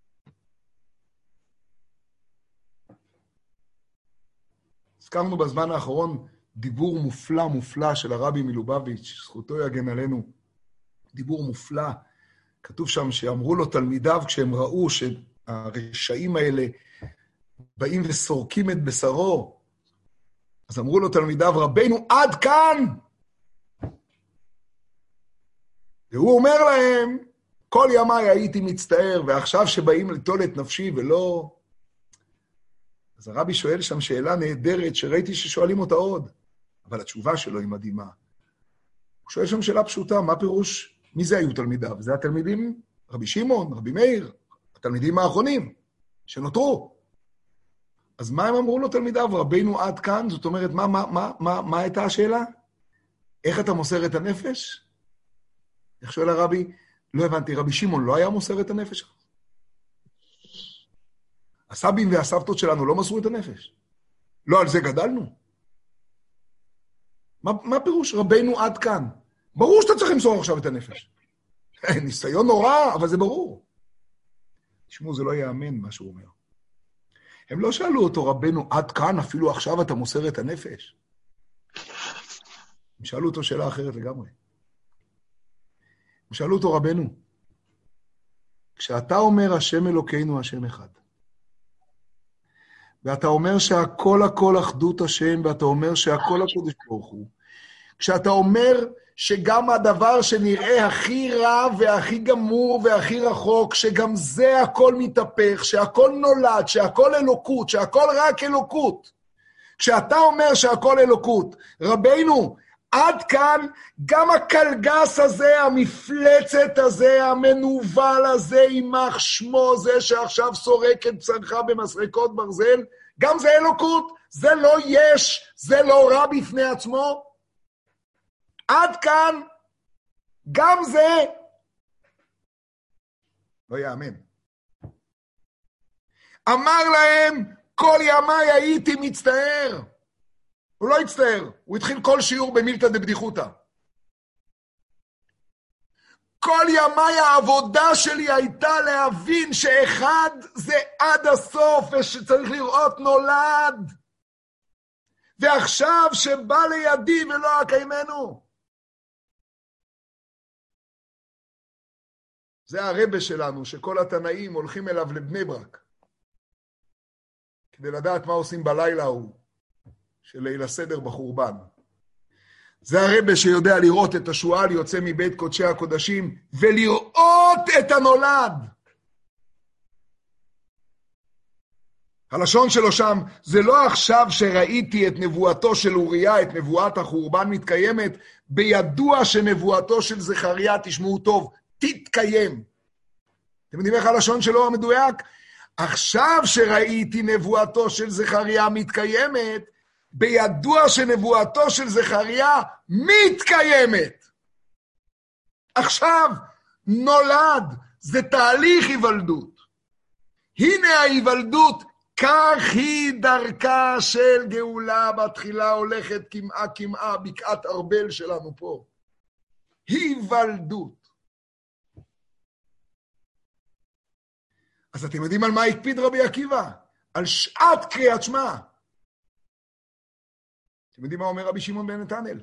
הזכרנו בזמן האחרון דיבור מופלא של הרבי מלובביץ', זכותו יגן עלינו. דיבור מופלא. כתוב שם שאמרו לו תלמידיו כשהם ראו שהרשעים האלה באים וסורקים את בשרו, אז אמרו לו תלמידיו, רבנו עד כאן! והוא אומר להם, כל ימיי הייתי מצטער, ועכשיו שבאים לטול את נפשי ולא... אז הרבי שואל שם שאלה נהדרת, שראיתי ששואלים אותה עוד, אבל התשובה שלו היא מדהימה. הוא שואל שם שאלה פשוטה, מה פירוש? מי זה היו תלמידיו? זה התלמידים, רבי שמעון, רבי מאיר, התלמידים האחרונים, שנותרו. אז מה הם אמרו לו תלמידיו? רבינו עד כאן? זאת אומרת, מה הייתה השאלה? איך אתה מוסר את הנפש? איך שואל הרבי? לא הבנתי, רבי שמעון לא היה מוסר את הנפש? הסבים והסבתות שלנו לא מסרו את הנפש. לא על זה גדלנו. מה פירוש רבנו עד כאן? ברור שאתה צריך למסור עכשיו את הנפש. ניסיון נורא, אבל זה ברור. תשמעו, זה לא יאמן מה שהוא אומר. הם לא שאלו אותו, רבנו, עד כאן, אפילו עכשיו אתה מוסר את הנפש. הם שאלו אותו שאלה אחרת לגמרי. הם שאלו אותו, רבנו, כשאתה אומר השם אלוקינו, השם אחד, ואתה אומר שהכל הכל אחדות השם, ואתה אומר שהכל הקודש ברוך הוא, כשאתה אומר שגם הדבר שנראה הכי רע והכי גמור והכי רחוק, שגם זה הכל מתהפך, שהכל נולד, שהכל אלוקות, שהכל רק אלוקות. כשאתה אומר שהכל אלוקות, רבינו, עד כאן גם הקלגס הזה, המפלצת הזה, המנוול הזה, יימח שמו זה שעכשיו סורק את בשרך במסרקות ברזל, גם זה אלוקות, זה לא יש, זה לא רע בפני עצמו. עד כאן, גם זה, לא יאמן. אמר להם, כל ימי הייתי מצטער. הוא לא הצטער, הוא התחיל כל שיעור במילתא דבדיחותא. כל ימי העבודה שלי הייתה להבין שאחד זה עד הסוף, ושצריך לראות נולד. ועכשיו שבא לידי ולא אקיימנו. זה הרבה שלנו, שכל התנאים הולכים אליו לבני ברק, כדי לדעת מה עושים בלילה ההוא, של ליל הסדר בחורבן. זה הרבה שיודע לראות את השועל יוצא מבית קודשי הקודשים, ולראות את הנולד. הלשון שלו שם, זה לא עכשיו שראיתי את נבואתו של אוריה, את נבואת החורבן מתקיימת, בידוע שנבואתו של זכריה, תשמעו טוב, תתקיים. אתם יודעים איך הלשון שלו המדויק? עכשיו שראיתי נבואתו של זכריה מתקיימת, בידוע שנבואתו של זכריה מתקיימת. עכשיו נולד, זה תהליך היוולדות. הנה ההיוולדות, כך היא דרכה של גאולה, בתחילה הולכת כמעה, בקעת ארבל שלנו פה. היוולדות. אז אתם יודעים על מה הקפיד רבי עקיבא? על שעת קריאת שמע. אתם יודעים מה אומר רבי שמעון בן נתנאל?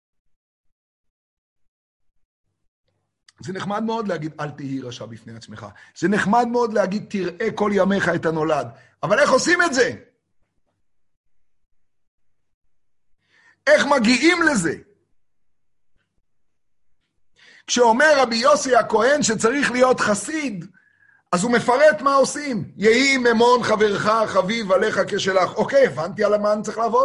זה נחמד מאוד להגיד, אל תהי רשע בפני עצמך. זה נחמד מאוד להגיד, תראה כל ימיך את הנולד. אבל איך עושים את זה? איך מגיעים לזה? כשאומר רבי יוסי הכהן שצריך להיות חסיד, אז הוא מפרט מה עושים. יהי ממון חברך חביב עליך כשלך. אוקיי, הבנתי על מה אני צריך לעבוד?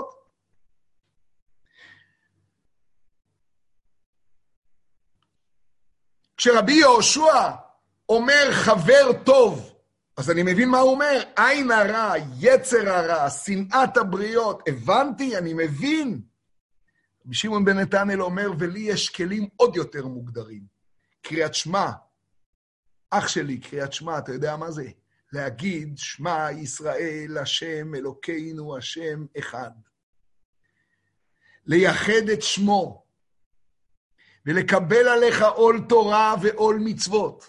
כשרבי יהושע אומר חבר טוב, אז אני מבין מה הוא אומר. עין הרע, יצר הרע, שנאת הבריות. הבנתי, אני מבין. רבי שמעון בן נתנאל אומר, ולי יש כלים עוד יותר מוגדרים. קריאת שמע. אח שלי, קריאת שמע, אתה יודע מה זה? להגיד, שמע ישראל, השם אלוקינו, השם אחד. לייחד את שמו. ולקבל עליך עול תורה ועול מצוות.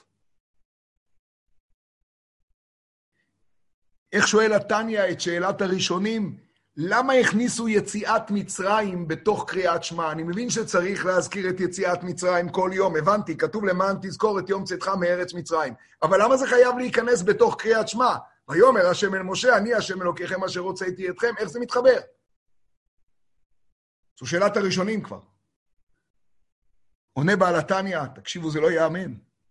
איך שואל התניא את שאלת הראשונים? למה הכניסו יציאת מצרים בתוך קריאת שמע? אני מבין שצריך להזכיר את יציאת מצרים כל יום, הבנתי, כתוב למען תזכור את יום צאתך מארץ מצרים. אבל למה זה חייב להיכנס בתוך קריאת שמע? ויאמר השם אל משה, אני השם אלוקיכם אשר הוצאתי אתכם, איך זה מתחבר? זו שאלת הראשונים כבר. עונה בעל התניא, תקשיבו, זה לא יאמן.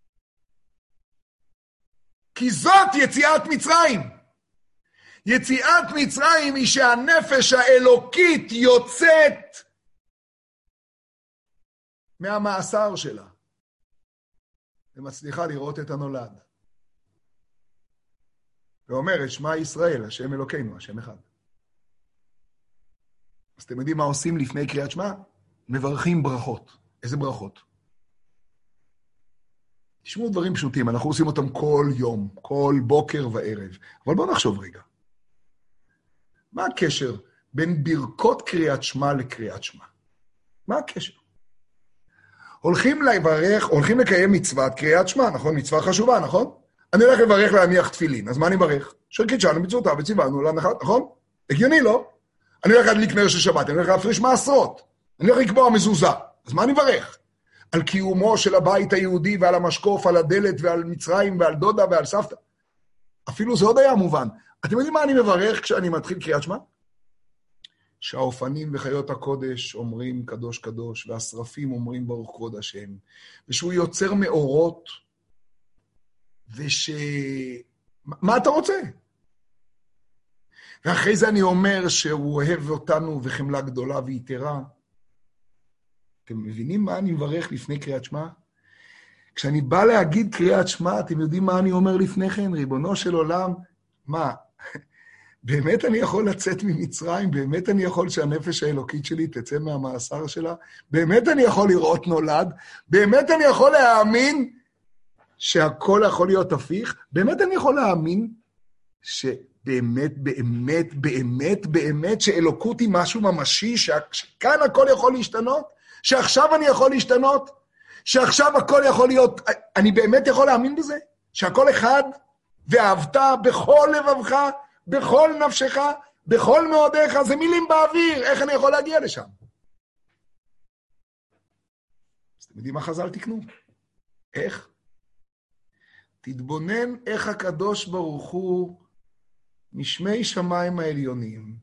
כי זאת יציאת מצרים. יציאת מצרים היא שהנפש האלוקית יוצאת מהמאסר שלה. ומצליחה לראות את הנולד. ואומרת, שמע ישראל, השם אלוקינו, השם אחד. אז אתם יודעים מה עושים לפני קריאת שמע? מברכים ברכות. איזה ברכות? תשמעו דברים פשוטים, אנחנו עושים אותם כל יום, כל בוקר וערב. אבל בואו נחשוב רגע. מה הקשר בין ברכות קריאת שמע לקריאת שמע? מה הקשר? הולכים לברך, הולכים לקיים מצוות קריאת שמע, נכון? מצווה חשובה, נכון? אני הולך לברך להניח תפילין, אז מה אני מברך? שקידשנו מצוותיו וציוונו להנחת, נכון? הגיוני, לא? אני הולך להדליק נר של שבת, אני הולך להפריש מעשרות, אני הולך לקבוע מזוזה, אז מה אני מברך? על קיומו של הבית היהודי ועל המשקוף, על הדלת ועל מצרים ועל דודה ועל סבתא. אפילו זה עוד היה מובן. אתם יודעים מה אני מברך כשאני מתחיל קריאת שמע? שהאופנים וחיות הקודש אומרים קדוש קדוש, והשרפים אומרים ברוך כבוד השם, ושהוא יוצר מאורות, מה אתה רוצה? ואחרי זה אני אומר שהוא אוהב אותנו וחמלה גדולה ויתרה. אתם מבינים מה אני מברך לפני קריאת שמע? כשאני בא להגיד קריאת שמע, אתם יודעים מה אני אומר לפני כן? ריבונו של עולם, מה? באמת אני יכול לצאת ממצרים? באמת אני יכול שהנפש האלוקית שלי תצא מהמאסר שלה? באמת אני יכול לראות נולד? באמת אני יכול להאמין שהכל יכול להיות הפיך? באמת אני יכול להאמין שבאמת, באמת, באמת, באמת שאלוקות היא משהו ממשי, שכאן הכל יכול להשתנות? שעכשיו אני יכול להשתנות? שעכשיו הכל יכול להיות, אני באמת יכול להאמין בזה? שהכל אחד, ואהבת בכל לבבך, בכל נפשך, בכל מאודיך, זה מילים באוויר, איך אני יכול להגיע לשם? אז אתם יודעים מה חז"ל תקנו? איך? תתבונן איך הקדוש ברוך הוא, משמי שמיים העליונים,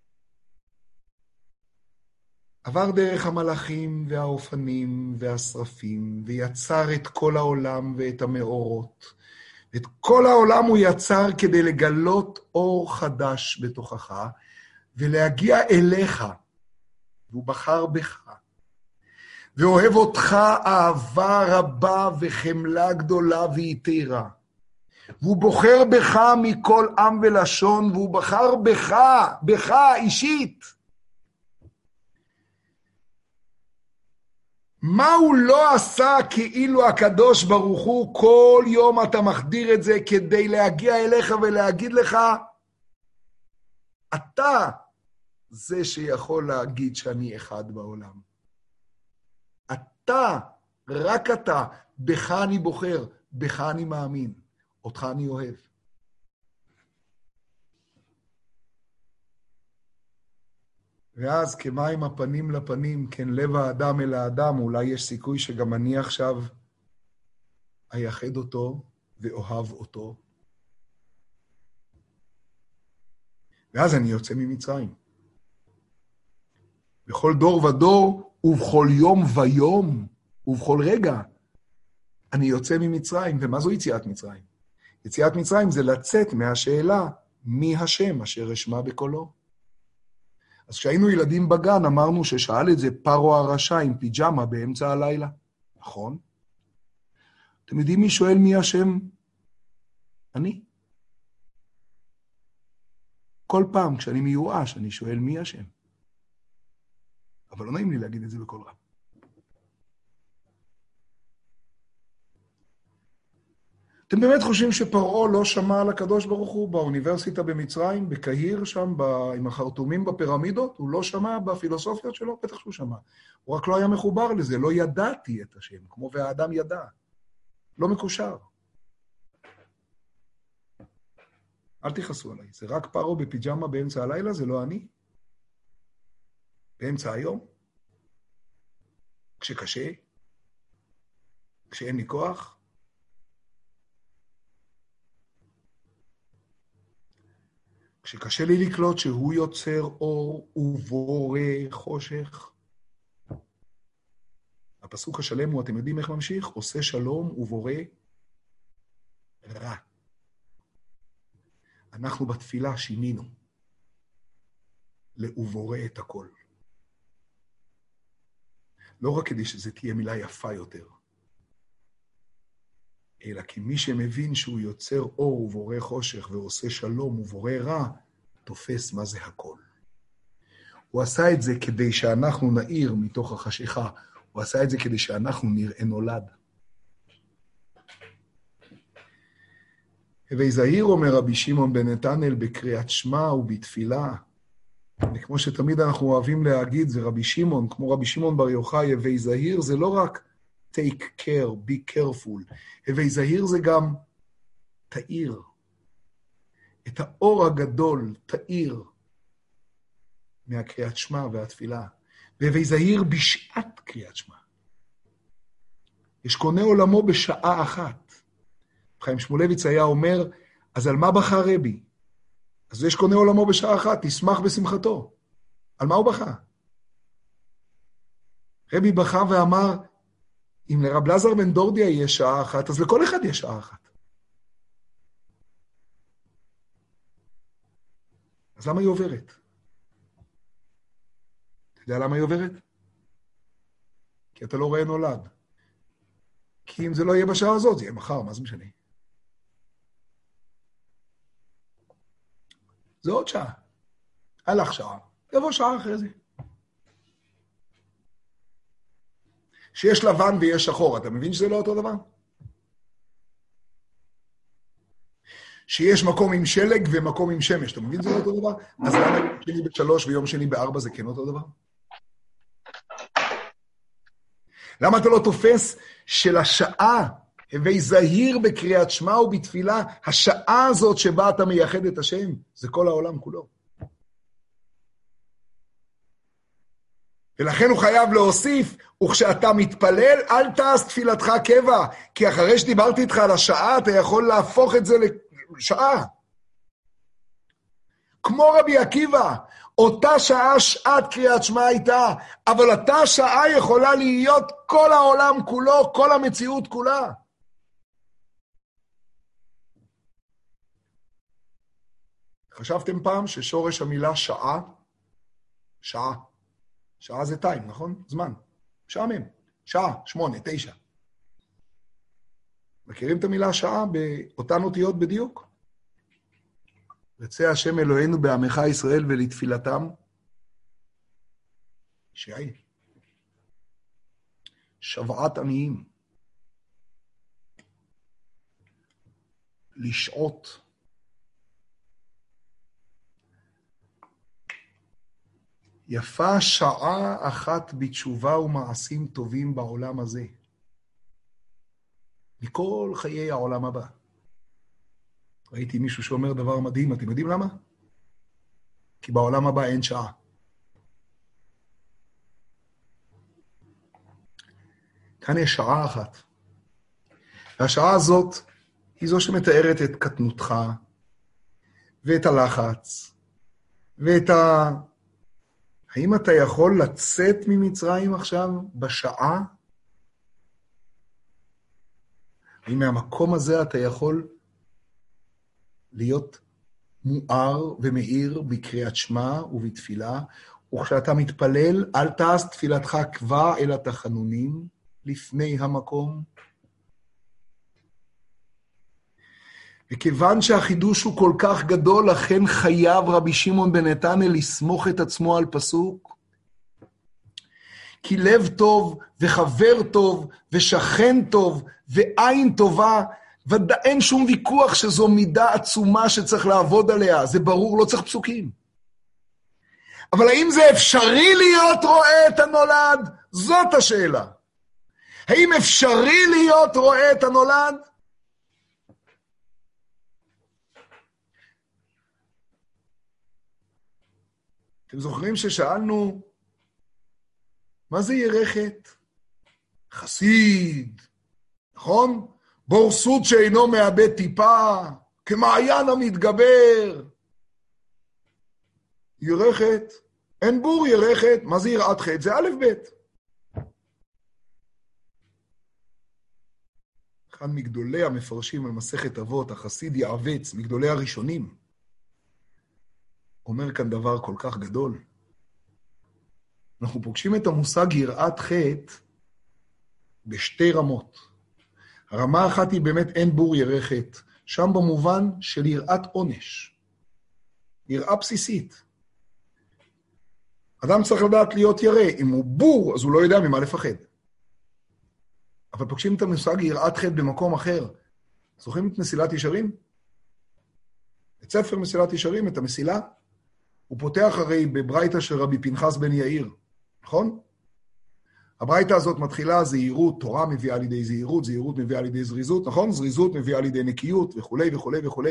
עבר דרך המלאכים והאופנים והשרפים, ויצר את כל העולם ואת המאורות. את כל העולם הוא יצר כדי לגלות אור חדש בתוכך, ולהגיע אליך, והוא בחר בך, ואוהב אותך אהבה רבה וחמלה גדולה ויתרה. והוא בוחר בך מכל עם ולשון, והוא בחר בך אישית. מה הוא לא עשה כאילו הקדוש ברוך הוא, כל יום אתה מחדיר את זה כדי להגיע אליך ולהגיד לך, אתה זה שיכול להגיד שאני אחד בעולם. אתה, רק אתה, בך אני בוחר, בך אני מאמין, אותך אני אוהב. ואז כמים הפנים לפנים, כן לב האדם אל האדם, אולי יש סיכוי שגם אני עכשיו אייחד אותו ואוהב אותו. ואז אני יוצא ממצרים. בכל דור ודור, ובכל יום ויום, ובכל רגע, אני יוצא ממצרים. ומה זו יציאת מצרים? יציאת מצרים זה לצאת מהשאלה, מי השם אשר אשמע בקולו. אז כשהיינו ילדים בגן, אמרנו ששאל את זה פרו הרשע עם פיג'מה באמצע הלילה. נכון? אתם יודעים מי שואל מי השם? אני. כל פעם כשאני מיואש, אני שואל מי השם. אבל לא נעים לי להגיד את זה בכל רב. אתם באמת חושבים שפרעה לא שמע על הקדוש ברוך הוא באוניברסיטה במצרים, בקהיר שם, עם החרטומים בפירמידות? הוא לא שמע בפילוסופיות שלו? בטח שהוא שמע. הוא רק לא היה מחובר לזה, לא ידעתי את השם, כמו והאדם ידע. לא מקושר. אל תכעסו עליי, זה רק פרעה בפיג'מה באמצע הלילה, זה לא אני. באמצע היום, כשקשה, כשאין לי כוח, כשקשה לי לקלוט שהוא יוצר אור ובורא חושך. הפסוק השלם הוא, אתם יודעים איך ממשיך? עושה שלום ובורא רע. אנחנו בתפילה שינינו לאובורא את הכל. לא רק כדי שזה תהיה מילה יפה יותר, אלא כי מי שמבין שהוא יוצר אור ובורא חושך ועושה שלום ובורא רע, תופס מה זה הכל. הוא עשה את זה כדי שאנחנו נאיר מתוך החשיכה, הוא עשה את זה כדי שאנחנו נראה נולד. הווי זהיר אומר רבי שמעון בן נתנאל בקריאת שמע ובתפילה, וכמו שתמיד אנחנו אוהבים להגיד, זה רבי שמעון, כמו רבי שמעון בר יוחאי, הווי זהיר זה לא רק take care, be careful. הווי זהיר זה גם תאיר. את האור הגדול תאיר מהקריאת שמע והתפילה. והווי זהיר בשעת קריאת שמע. יש קונה עולמו בשעה אחת. חיים שמואלביץ היה אומר, אז על מה בכה רבי? אז יש קונה עולמו בשעה אחת, תשמח בשמחתו. על מה הוא בכה? רבי בכה ואמר, אם לרב לזר בן דורדיה יש שעה אחת, אז לכל אחד יש שעה אחת. אז למה היא עוברת? אתה יודע למה היא עוברת? כי אתה לא רואה נולד. כי אם זה לא יהיה בשעה הזאת, זה יהיה מחר, מה זה משנה? זה עוד שעה. הלך שעה. יבוא שעה אחרי זה. שיש לבן ויש שחור, אתה מבין שזה לא אותו דבר? שיש מקום עם שלג ומקום עם שמש, אתה מבין שזה לא אותו דבר? אז למה יום שני ב3 ויום שני ב4 זה כן אותו דבר? למה אתה לא תופס של השעה, הווי זהיר בקריאת שמע ובתפילה, השעה הזאת שבה אתה מייחד את השם, זה כל העולם כולו. ולכן הוא חייב להוסיף, וכשאתה מתפלל, אל תעש תפילתך קבע, כי אחרי שדיברתי איתך על השעה, אתה יכול להפוך את זה לשעה. כמו רבי עקיבא, אותה שעה שעת קריאת שמע הייתה, אבל אותה שעה יכולה להיות כל העולם כולו, כל המציאות כולה. חשבתם פעם ששורש המילה שעה, שעה זה טיים, נכון? זמן. שעמם. שעה, 8, 9. מכירים את המילה שעה באותן אותיות בדיוק? רצה השם אלוהינו בעמך ישראל ולתפילתם. שעי. שבעת עניים. לשעות. יפה שעה אחת בתשובה ומעשים טובים בעולם הזה. מכל חיי העולם הבא. ראיתי מישהו שאומר דבר מדהים, אתם יודעים למה? כי בעולם הבא אין שעה. כאן יש שעה אחת. והשעה הזאת היא זו שמתארת את קטנותך, ואת הלחץ, ואת האם אתה יכול לצאת ממצרים עכשיו בשעה? האם מהמקום הזה אתה יכול להיות מואר ומאיר בקריאת שמע ובתפילה, וכשאתה מתפלל, אל תעש תפילתך קבע אל התחנונים לפני המקום. וכיוון שהחידוש הוא כל כך גדול, לכן חייב רבי שמעון בן נתנאל לסמוך את עצמו על פסוק. כי לב טוב וחבר טוב ושכן טוב ועין טובה, אין שום ויכוח שזו מידה עצומה שצריך לעבוד עליה, זה ברור, לא צריך פסוקים. אבל האם זה אפשרי להיות רואה את הנולד? זאת השאלה. האם אפשרי להיות רואה את הנולד? אתם זוכרים ששאלנו, מה זה ירחת? חסיד, נכון? בור סוד שאינו מאבד טיפה, כמעיין המתגבר. ירחת, אין בור ירחת, מה זה יראת חטא? זה א' ב'. אחד מגדולי המפרשים על מסכת אבות, החסיד יעבץ, מגדולי הראשונים, אומר כאן דבר כל כך גדול. אנחנו פוגשים את המושג יראת חטא בשתי רמות. הרמה האחת היא באמת אין בור ירחת, שם במובן של יראת עונש. יראה בסיסית. אדם צריך לדעת להיות ירא, אם הוא בור, אז הוא לא יודע ממה לפחד. אבל פוגשים את המושג יראת חטא במקום אחר. זוכרים את מסילת ישרים? את ספר מסילת ישרים, את המסילה? הוא פותח הרי בברייתא של רבי פנחס בן יאיר, נכון? הברייתא הזאת מתחילה זהירות, תורה מביאה לידי זהירות, זהירות מביאה לידי זריזות, נכון? זריזות מביאה לידי נקיות וכו' וכו' וכו'.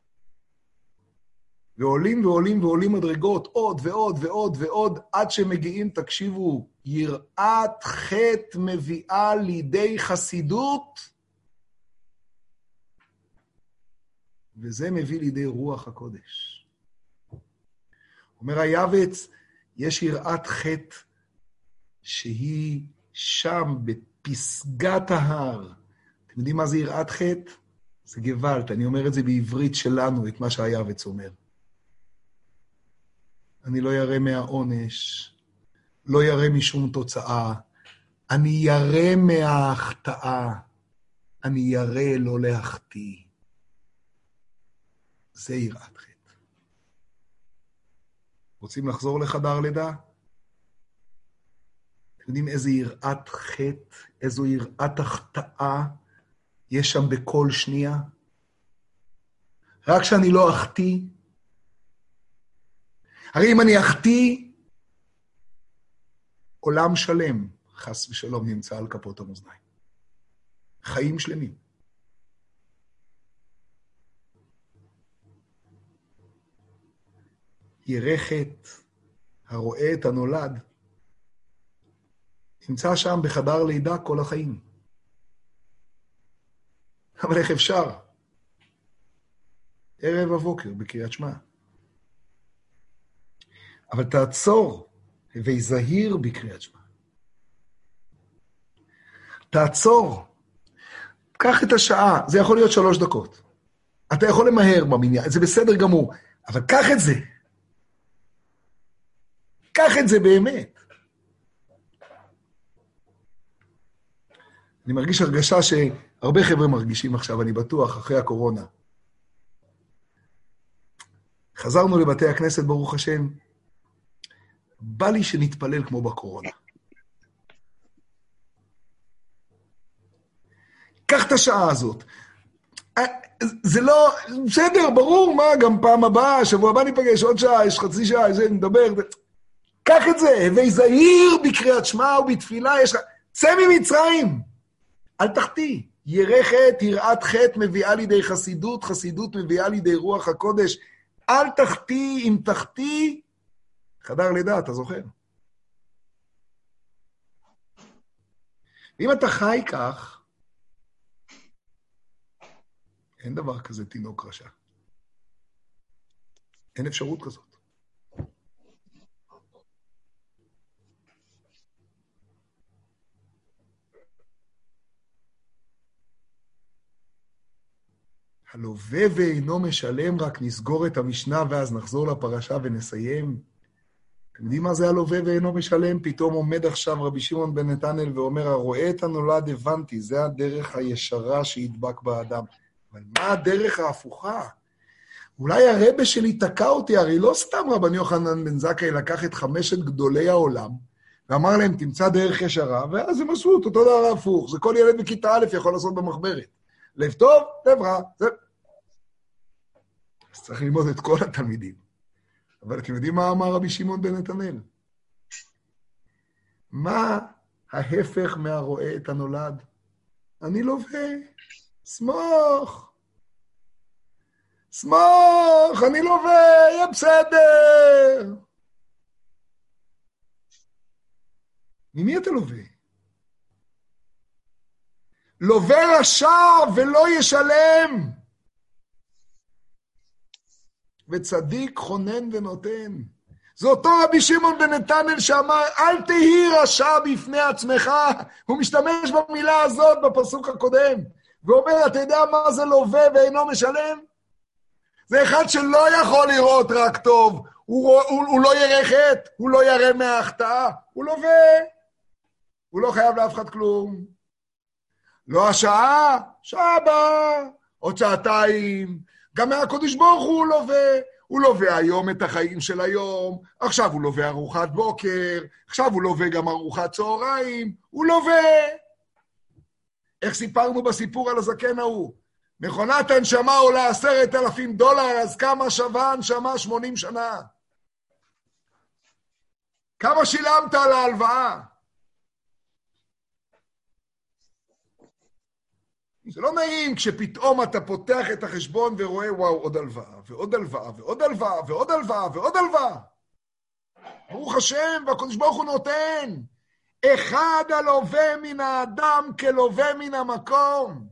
ועולים ועולים ועולים מדרגות, עוד ועוד ועוד ועוד, עד שמגיעים, תקשיבו, יראת חטא מביאה לידי חסידות, וזה מביא לידי רוח הקודש. אומר היעבץ, יש יראת חטא שהיא שם בפסגת ההר. אתם יודעים מה זה יראת חטא? זה גוואלד, אני אומר את זה בעברית שלנו, את מה שהיעבץ אומר. אני לא ירא מהעונש, לא ירא משום תוצאה, אני ירא מההחטאה, אני ירא לא להחטיא. זה יראת חטא. רוצים לחזור לחדר לידה? אתם יודעים איזה יראת חטא, איזו יראת החטאה יש שם בכל שנייה? רק שאני לא אחטיא, הרי אם אני אחטיא, עולם שלם, חס ושלום, נמצא על כפות המאזניים. חיים שלמים. ירא חטא, הרואה את הנולד, נמצא שם בחדר לידה כל החיים. אבל איך אפשר? ערב הבוקר בקריאת שמע. אבל תעצור, ויזהיר בקריאת שמע. תעצור. קח את השעה, זה יכול להיות 3 דקות. אתה יכול למהר במניין, זה בסדר גמור, אבל קח את זה. קח את זה באמת. אני מרגיש הרגשה שהרבה חבר'ה מרגישים עכשיו, אני בטוח, אחרי הקורונה. חזרנו לבתי הכנסת, ברוך השם. בא לי שנתפלל כמו בקורונה. קח את השעה הזאת. זה לא, בסדר, ברור, מה, גם פעם הבאה, שבוע הבא ניפגש, עוד שעה, יש חצי שעה, זה, נדבר. קח את זה, ויזהיר בקריאת שמע ובתפילה, צא ממצרים, אל תחטיא. ירא חטא, יראת חטא מביאה לידי חסידות, חסידות מביאה לידי רוח הקודש. אל תחטיא, אם תחטיא, חדר לידה, אתה זוכר? אם אתה חי כך, אין דבר כזה תינוק רשע. אין אפשרות כזאת. הלווה ואינו משלם, רק נסגור את המשנה ואז נחזור לפרשה ונסיים. אתם יודעים מה זה הלווה ואינו משלם? פתאום עומד עכשיו רבי שמעון בן נתנאל ואומר, הרואה את הנולד הבנתי, זה הדרך הישרה שידבק באדם. אבל מה הדרך ההפוכה? אולי הרבה שלי תקע אותי, הרי לא סתם רבן יוחנן בן זכאי לקח את 5 גדולי העולם, ואמר להם, תמצא דרך ישרה, ואז הם עשו אותו דבר הפוך. זה כל ילד בכיתה א' יכול לעשות במחברת. לב טוב, לב רע. אז צריך ללמוד את כל התלמידים. אבל אתם יודעים מה אמר רבי שמעון בן נתנאל? מה ההפך מהרואה את הנולד? אני לווה. סמוך. סמוך, אני לווה, יהיה בסדר. ממי אתה לווה? לווה רשע ולא ישלם. וצדיק חונן ונותן. זה אותו רבי שמעון בן נתנאל שאמר, אל תהי רשע בפני עצמך. הוא משתמש במילה הזאת בפסוק הקודם. ואומר, אתה יודע מה זה לווה ואינו משלם? זה אחד שלא יכול לראות רק טוב. הוא לא ירא חטא, הוא לא ירא מההחטאה. הוא לווה. הוא לא חייב לאף אחד כלום. לא השעה, שעה הבאה, עוד שעתיים. גם מהקודש ברוך הוא לווה. הוא לווה היום את החיים של היום, עכשיו הוא לווה ארוחת בוקר, עכשיו הוא לווה גם ארוחת צהריים, הוא לווה. איך סיפרנו בסיפור על הזקן ההוא? מכונת הנשמה עולה $10,000, אז כמה שווה הנשמה 80 שנה? כמה שילמת על ההלוואה? זה לא נעים כשפתאום אתה פותח את החשבון ורואה, וואו, עוד הלוואה, ועוד הלוואה, ועוד הלוואה, ועוד הלוואה, ועוד הלוואה. ברוך השם, והקדוש ברוך הוא נותן. אחד הלווה מן האדם כלווה מן המקום.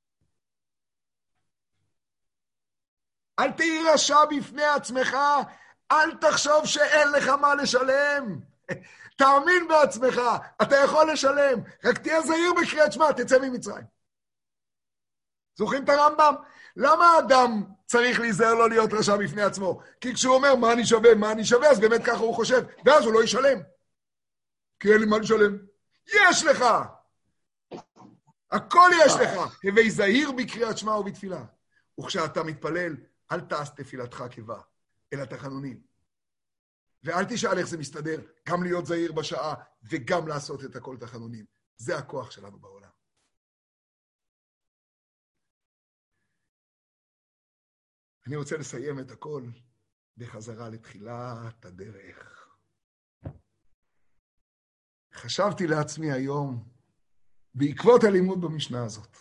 אל תהי רשע בפני עצמך, אל תחשוב שאין לך מה לשלם. תאמין בעצמך, אתה יכול לשלם, רק תהיה זהיר בקריאת שמע, תצא ממצרים. זוכרים את הרמב"ם? למה האדם צריך להיזהר לא להיות רשע בפני עצמו? כי כשהוא אומר מה אני שווה, מה אני שווה, אז באמת ככה הוא חושב, ואז הוא לא ישלם. כי אין לי מה לשלם. יש לך! הכל יש לך! הווי זהיר בקריאת שמע ובתפילה. וכשאתה מתפלל, אל תעש תפילתך כבה, אלא תחנונים. ואל תשאל איך זה מסתדר, גם להיות זהיר בשעה, וגם לעשות את הכל תחנונים. זה הכוח שלנו בעולם. אני רוצה לסיים את הכל בחזרה לתחילת הדרך. חשבתי לעצמי היום, בעקבות הלימוד במשנה הזאת,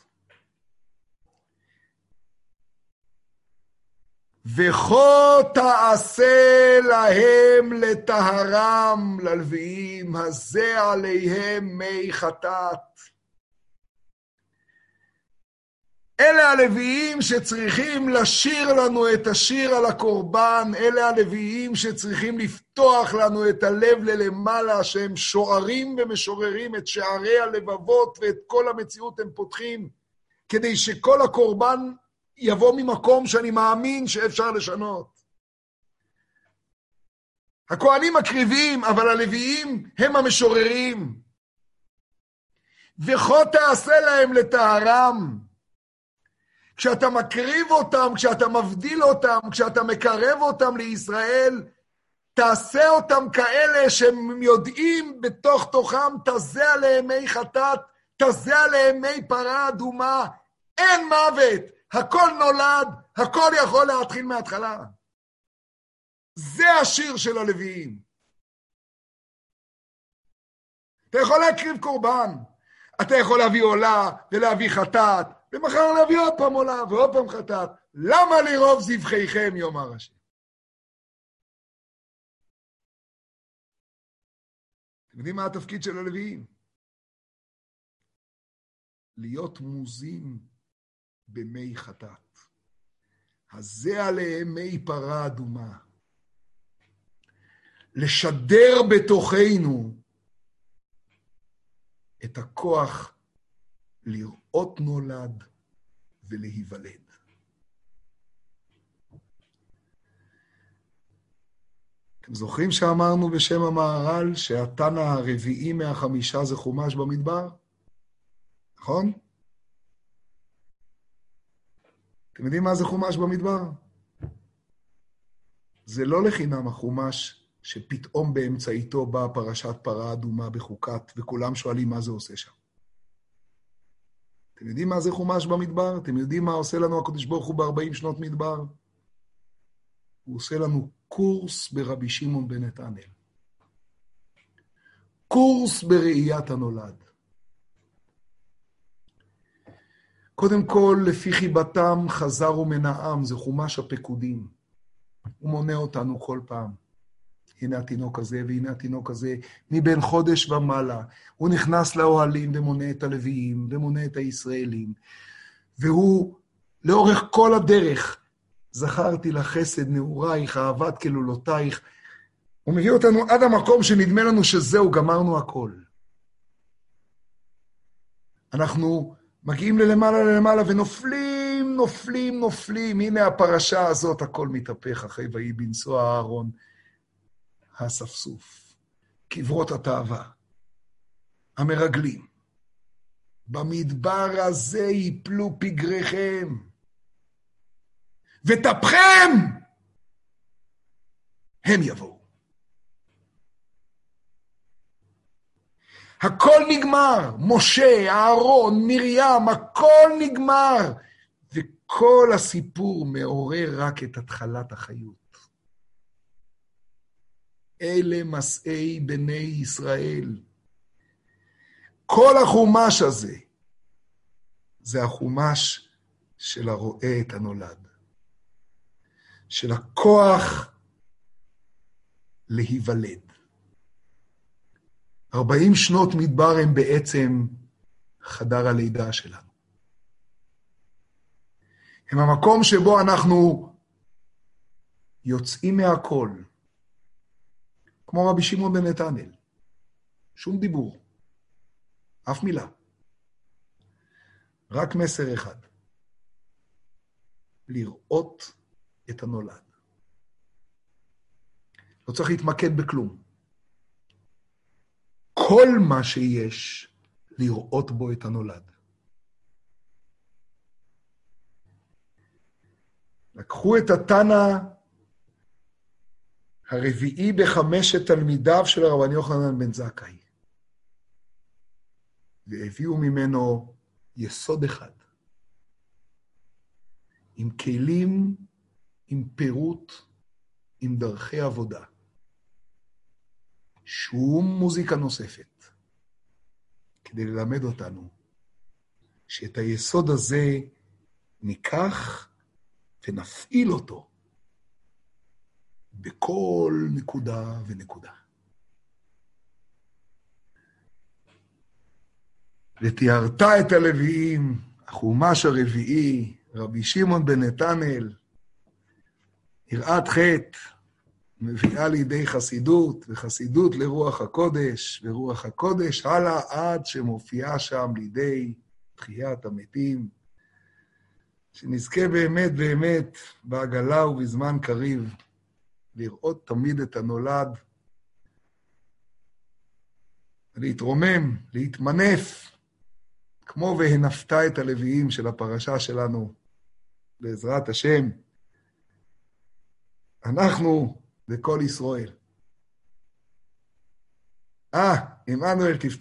וכה תעשה להם לטהרם, ללוויים, הזה עליהם מי חטאת. אלה הלוויים שצריכים לשיר לנו את השיר על הקורבן, אלה הלוויים שצריכים לפתוח לנו את הלב ללמעלה, שהם שוערים ומשוררים את שערי הלבבות ואת כל המציאות הם פותחים, כדי שכל הקורבן יבוא ממקום שאני מאמין שאפשר לשנות. הכהנים מקריבים, אבל הלוויים הם המשוררים. וכה תעשה להם לטהרם. כשאתה מקריב אותם, כשאתה מבדיל אותם, כשאתה מקרב אותם לישראל, תעשה אותם כאלה שהם יודעים בתוך תוכם, תזה עליהם מי חטאת, תזה עליהם מי פרה אדומה, אין מוות, הכל נולד, הכל יכול להתחיל מההתחלה. זה השיר של הלוויים. אתה יכול להקריב קורבן, אתה יכול להביא עולה ולהביא חטאת, ומחר להביא עוד פעם עולה ועוד פעם חטאת. למה לרוב זבחיכם יאמר השם? אתם יודעים מה התפקיד של הלוויים? להיות מוזים במי חטאת. הזה עליהם מי פרה אדומה. לשדר בתוכנו את הכוח לראות נולד ולהיוולד. אתם זוכרים שאמרנו בשם המהר"ל שהתנא הרביעי מהחמישה זה חומש במדבר? נכון? אתם יודעים מה זה חומש במדבר? זה לא לחינם החומש שפתאום באמצעיתו באה פרשת פרה אדומה בחוקת, וכולם שואלים מה זה עושה שם. אתם יודעים מה זה חומש במדבר? אתם יודעים מה עושה לנו הקדוש ברוך הוא ב-40 שנות מדבר? הוא עושה לנו קורס ברבי שמעון בן נתנאל. קורס בראיית הנולד. קודם כל, לפי חיבתם חזר ומנעם, זה חומש הפקודים. הוא מונה אותנו כל פעם. הנה התינוק הזה והנה התינוק הזה, מבין חודש ומעלה. הוא נכנס לאוהלים ומונה את הלוויים ומונה את הישראלים. והוא לאורך כל הדרך, זכרתי לחסד נעורייך, אהבת כלולותייך. הוא מביא אותנו עד המקום שנדמה לנו שזהו, גמרנו הכל. אנחנו מגיעים ללמעלה ונופלים, נופלים. הנה הפרשה הזאת, הכל מתהפך אחרי ויהי בנסוע אהרון. האספסוף, קברות התאווה, המרגלים. במדבר הזה ייפלו פגריכם, ותפכם הם יבואו. הכל נגמר, משה, אהרון, מרים, הכל נגמר, וכל הסיפור מעורר רק את התחלת החיות. אלה מסעי בני ישראל. כל החומש הזה, זה החומש של הרואה את הנולד. של הכוח להיוולד. 40 שנות מדבר הם בעצם חדר הלידה שלנו. הם המקום שבו אנחנו יוצאים מהכל. כמו רבי שמעון בן נתנאל. שום דיבור. אף מילה. רק מסר אחד. לראות את הנולד. לא צריך להתמקד בכלום. כל מה שיש, לראות בו את הנולד. לקחו את התנא הרביעי בחמשת תלמידיו של רבן יוחנן בן זכאי, והביאו ממנו יסוד אחד, עם כלים, עם פירוט, עם דרכי עבודה. שום מוזיקה נוספת, כדי ללמד אותנו שאת היסוד הזה ניקח ונפעיל אותו בכל נקודה ונקודה. ותיארת את הלוויים, החומש הרביעי, רבי שמעון בן נתנאל, יראת חטא, מביאה לידי חסידות, וחסידות לרוח הקודש, ורוח הקודש הלאה עד שמופיעה שם לידי תחיית המתים, שנזכה באמת באמת בעגלה ובזמן קריב, לראות תמיד את הנולד, להתרומם, להתמנף, כמו והנפת את הלוויים של הפרשה שלנו, בעזרת השם. אנחנו וכל ישראל. עמנואל תפתח.